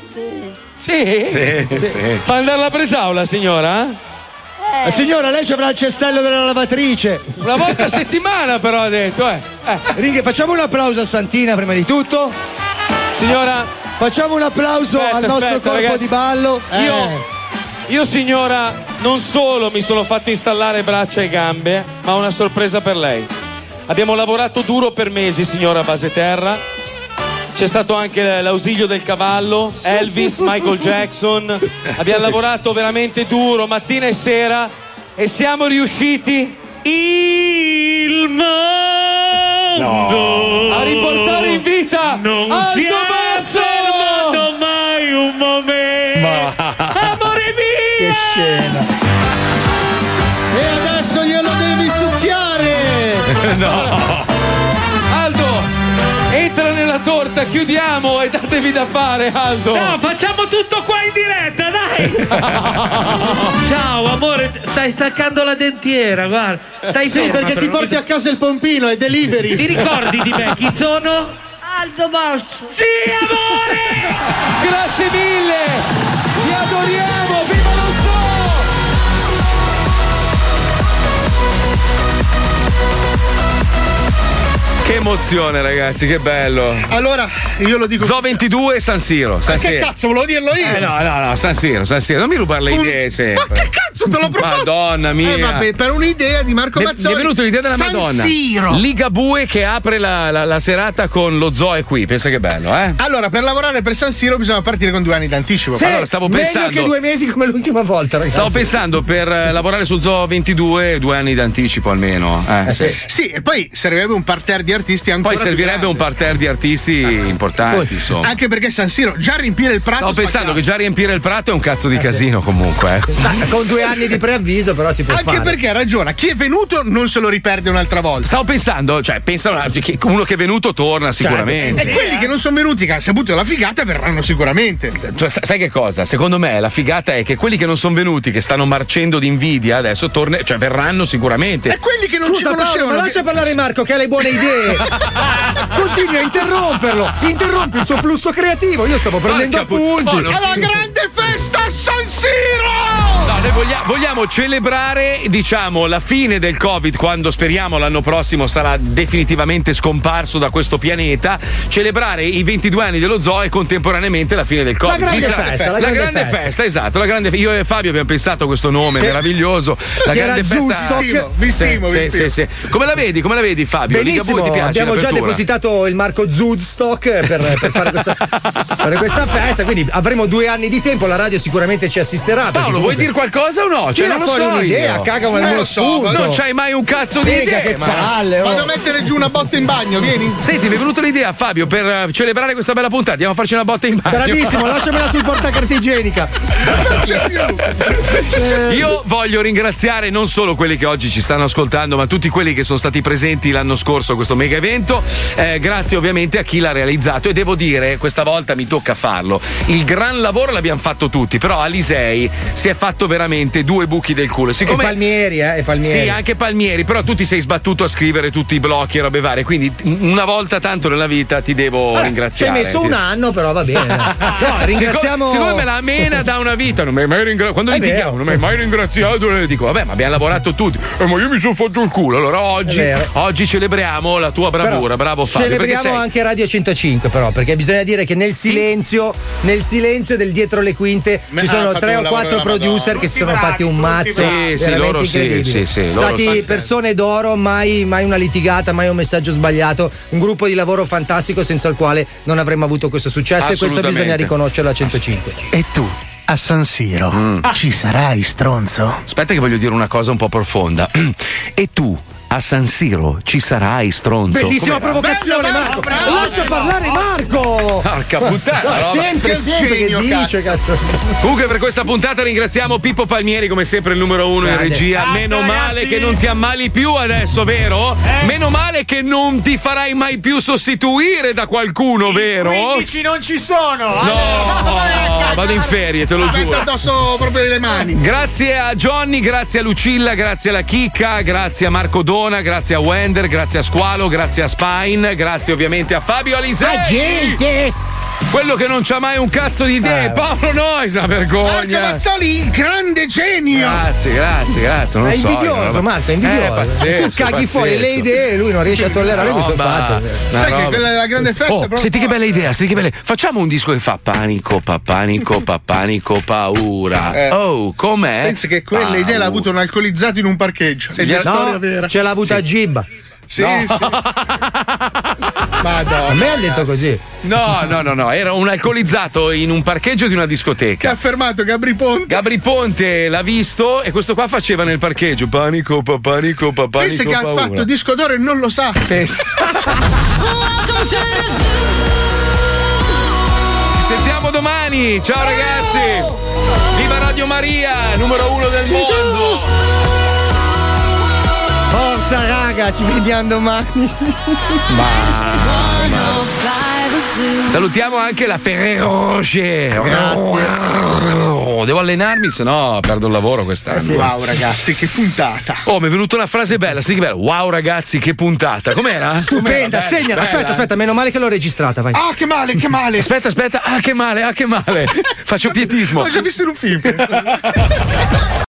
Sì? Sì, sì. sì. Fa andare la presaula, signora? Eh. Signora, lei ci avrà il cestello della lavatrice. Una volta a settimana, però, ha detto, eh. eh. Righe, facciamo un applauso a Santina prima di tutto. Signora. Facciamo un applauso aspetta, al nostro aspetta, corpo ragazzi. di ballo. Eh. Io, io, signora, non solo mi sono fatto installare braccia e gambe, ma ho una sorpresa per lei. Abbiamo lavorato duro per mesi, signora, a base terra. C'è stato anche l'ausilio del cavallo, Elvis, Michael Jackson. Abbiamo lavorato veramente duro mattina e sera e siamo riusciti il mondo no. a riportare in vita non Aldo si è fermato mai un momento. Ma... amore mio! Che scena! E adesso glielo devi succhiare! No! Aldo! Entra nella torta, chiudiamo e datevi da fare, Aldo. No, facciamo tutto qua in diretta, dai. Ciao, amore, stai staccando la dentiera, guarda. Stai sì, ferma, perché però. ti porti a casa il pompino, è delivery. Ti ricordi di me? Chi sono? Aldo Basso. Sì, amore. Grazie mille. Ti adoriamo, viva lo zoo. Che emozione, ragazzi, che bello. Allora, io lo dico. Zoo ventidue San Siro. San Ma che Siro. cazzo, volevo dirlo io? Eh, no, no, no, San Siro, San Siro. Non mi rubare le idee sempre. Ma che cazzo te l'ho proposto? Madonna mia. Eh, vabbè, per un'idea di Marco Mi- Mazzoli. Mi è venuta l'idea della San Madonna. Siro. Ligabue che apre la, la, la serata con lo zoo è qui. Pensa che bello, eh? Allora, per lavorare per San Siro bisogna partire con due anni d'anticipo. Sì, allora, stavo pensando- meglio che due mesi come l'ultima volta, ragazzi. Stavo pensando per eh, lavorare sul Zoo ventidue due anni d'anticipo almeno. Eh, sì. Sì, e poi servirebbe un parterre di artisti ancora Poi servirebbe più un parterre di artisti importanti, insomma. Anche perché San Siro già riempire il prato. Stavo pensando che già riempire il prato è un cazzo di casino comunque. Eh. Ma con due anni di preavviso, però si può Anche fare. perché ragiona, chi è venuto non se lo riperde un'altra volta. Stavo pensando, cioè, pensa una- che uno che è venuto torna sicuramente. E quelli che non sono venuti, che hanno saputo la figata, verranno sicuramente. Cioè, sa- sai che cosa? Secondo me la figata è che quelli che non sono venuti, che stanno marcendo d'invidia, adesso torne, cioè verranno sicuramente. E quelli che non Scusa, ci Paolo, conoscevano. ma lascia che- parlare Marco che ha le buone idee. Continui a interromperlo. Interrompi il suo flusso creativo. Io stavo prendendo Porca pu- appunti. oh, non Alla si- grande festa a San Siro! No, noi voglia- vogliamo celebrare, diciamo, la fine del Covid, quando speriamo l'anno prossimo sarà definitivamente scomparso da questo pianeta. Celebrare i ventidue anni dello zoo e contemporaneamente la fine del Covid. La grande Chissà- festa, la la grande grande festa. festa, esatto. La grande, io e Fabio abbiamo pensato a questo nome Sì. meraviglioso. La Che grande era festa. Zoodstock. Vi stimo, Sì, vi sì, stimo. sì, sì. Come la vedi? Come la vedi, Fabio? Benissimo, Ligabue, ti piace abbiamo già l'apertura? depositato il marco Zoodstock per, per fare questa, fare questa festa, quindi avremo due anni di tempo, la radio sicuramente ci assisterà. perché Paolo, vuoi comunque- dire qualcosa o no? Cioè, Tira non lo fuori so un'idea, io. caga un Eh, almeno lo so, spunto. Non c'hai mai un cazzo di Figa, idea. che ma- palle, oh. Vado a mettere giù una botta in bagno, vieni. Senti, mi è venuta l'idea, Fabio, per eh, celebrare questa bella puntata. Andiamo a farci una botta in bagno. Bravissimo, lasciamela sul portacarta igienica. Non c'è più. Io voglio ringraziare non solo quelli che oggi ci stanno ascoltando, ma tutti quelli che sono stati presenti l'anno scorso a questo mega evento. Eh, grazie ovviamente a chi l'ha realizzato. E devo dire, questa volta mi tocca farlo. Il gran lavoro l'abbiamo fatto tutti, però Alisei si è fatto veramente due buchi del culo. Siccome E Palmieri, eh, e Palmieri. Sì, anche Palmieri, però tu ti sei sbattuto a scrivere tutti i blocchi e robe varie, quindi una volta tanto nella vita ti devo Vabbè, ringraziare. Ci hai messo Ti- un anno, però va bene. No, ringraziamo. Siccome, siccome me la mena da una vita, non mi hai mai ringraziato. Quando È litighiamo, vero. non mi hai mai ringraziato. E dico, vabbè, ma abbiamo lavorato tutti. Eh, ma io mi sono fatto il culo. Allora oggi, È vero. oggi celebriamo la tua bravura. Però Bravo Fabio. perché Celebriamo sei- anche Radio centocinque, però, perché bisogna dire che nel silenzio, nel silenzio del dietro le quinte Me- ci ha sono fatto tre un o lavoro quattro della producer Madonna. che si sono fatti un mazzo. Sì, sì, veramente loro sì, incredibile. sì, sì, loro Stati pazzeschi. persone d'oro, mai, mai una litigata, mai un messaggio sbagliato. Un gruppo di lavoro fantastico senza il quale non avremmo avuto questo successo, e questo Assolutamente. bisogna riconoscerlo a centocinque. E tu, a San Siro, Mm. ci sarai, stronzo? Aspetta che voglio dire una cosa un po' profonda. E tu a San Siro ci sarai, stronzo? Bellissima Com'era? provocazione, Bello, Marco! bravo, Lascia bravo. parlare Marco! Porca puttana, No, roba. sempre, Che sempre genio, che dice, cazzo. Comunque per questa puntata ringraziamo Pippo Palmieri, come sempre il numero uno in Grande. regia. Grazie, Meno male ragazzi. che non ti ammali più adesso, vero? Meno male che non ti farai mai più sostituire da qualcuno, vero? quindici non ci sono. No, vado in ferie, te lo Aspetta giuro. addosso proprio le mani. Grazie a Johnny, grazie a Lucilla, grazie alla Chicca, grazie a Marco Dona, grazie a Wender, grazie a Squalo, grazie a Spine, grazie ovviamente a Fabio Alisei. Ah, gente! Quello che non c'ha mai un cazzo di idee, Eh. Paolo Nois, una Marco vergogna. Mazzoli, grande genio. Grazie, grazie, grazie. Non È lo so, invidioso, roba- Marco, è invidioso. Eh, pazzesco, tu caghi fuori le pazzesco. idee e lui non riesce a tollerare questo Roba, fatto. una Sai che roba. quella della grande festa Oh, è proprio senti che forte. bella idea, senti che bella. Facciamo un disco che fa panico, pa panico, pa panico, paura. Eh. Oh, com'è? Pensi che quella idea l'ha avuto un alcolizzato in un parcheggio. È una storia No, vera. ce l'ha avuta Gibba. Sì, No. sì. Madonna. A me hanno detto così. No, no, no, no, era un alcolizzato in un parcheggio di una Che ha discoteca. fermato Gabri Ponte. Gabri Ponte l'ha visto e questo qua faceva nel parcheggio panico, pa panico, pa panico, Pensa che ha paura. fatto disco d'oro e non lo sa. Pensa. Ci sentiamo domani. Ciao ragazzi. Viva Radio Maria, numero uno del mondo. Forza raga, ci vediamo domani. Salutiamo anche la Ferrero Rocher. Devo allenarmi, se no perdo il lavoro quest'anno. Wow, ragazzi, che puntata. Oh, mi è venuta una frase bella, senti che bella. Wow, ragazzi, che puntata. Com'era? Stupenda, Com'era? segnala. Bella. Aspetta, aspetta, meno male che l'ho registrata, vai. Ah, che male, che male. Aspetta, aspetta. Ah, che male, ah, che male. Faccio pietismo. L'ho già visto in un film.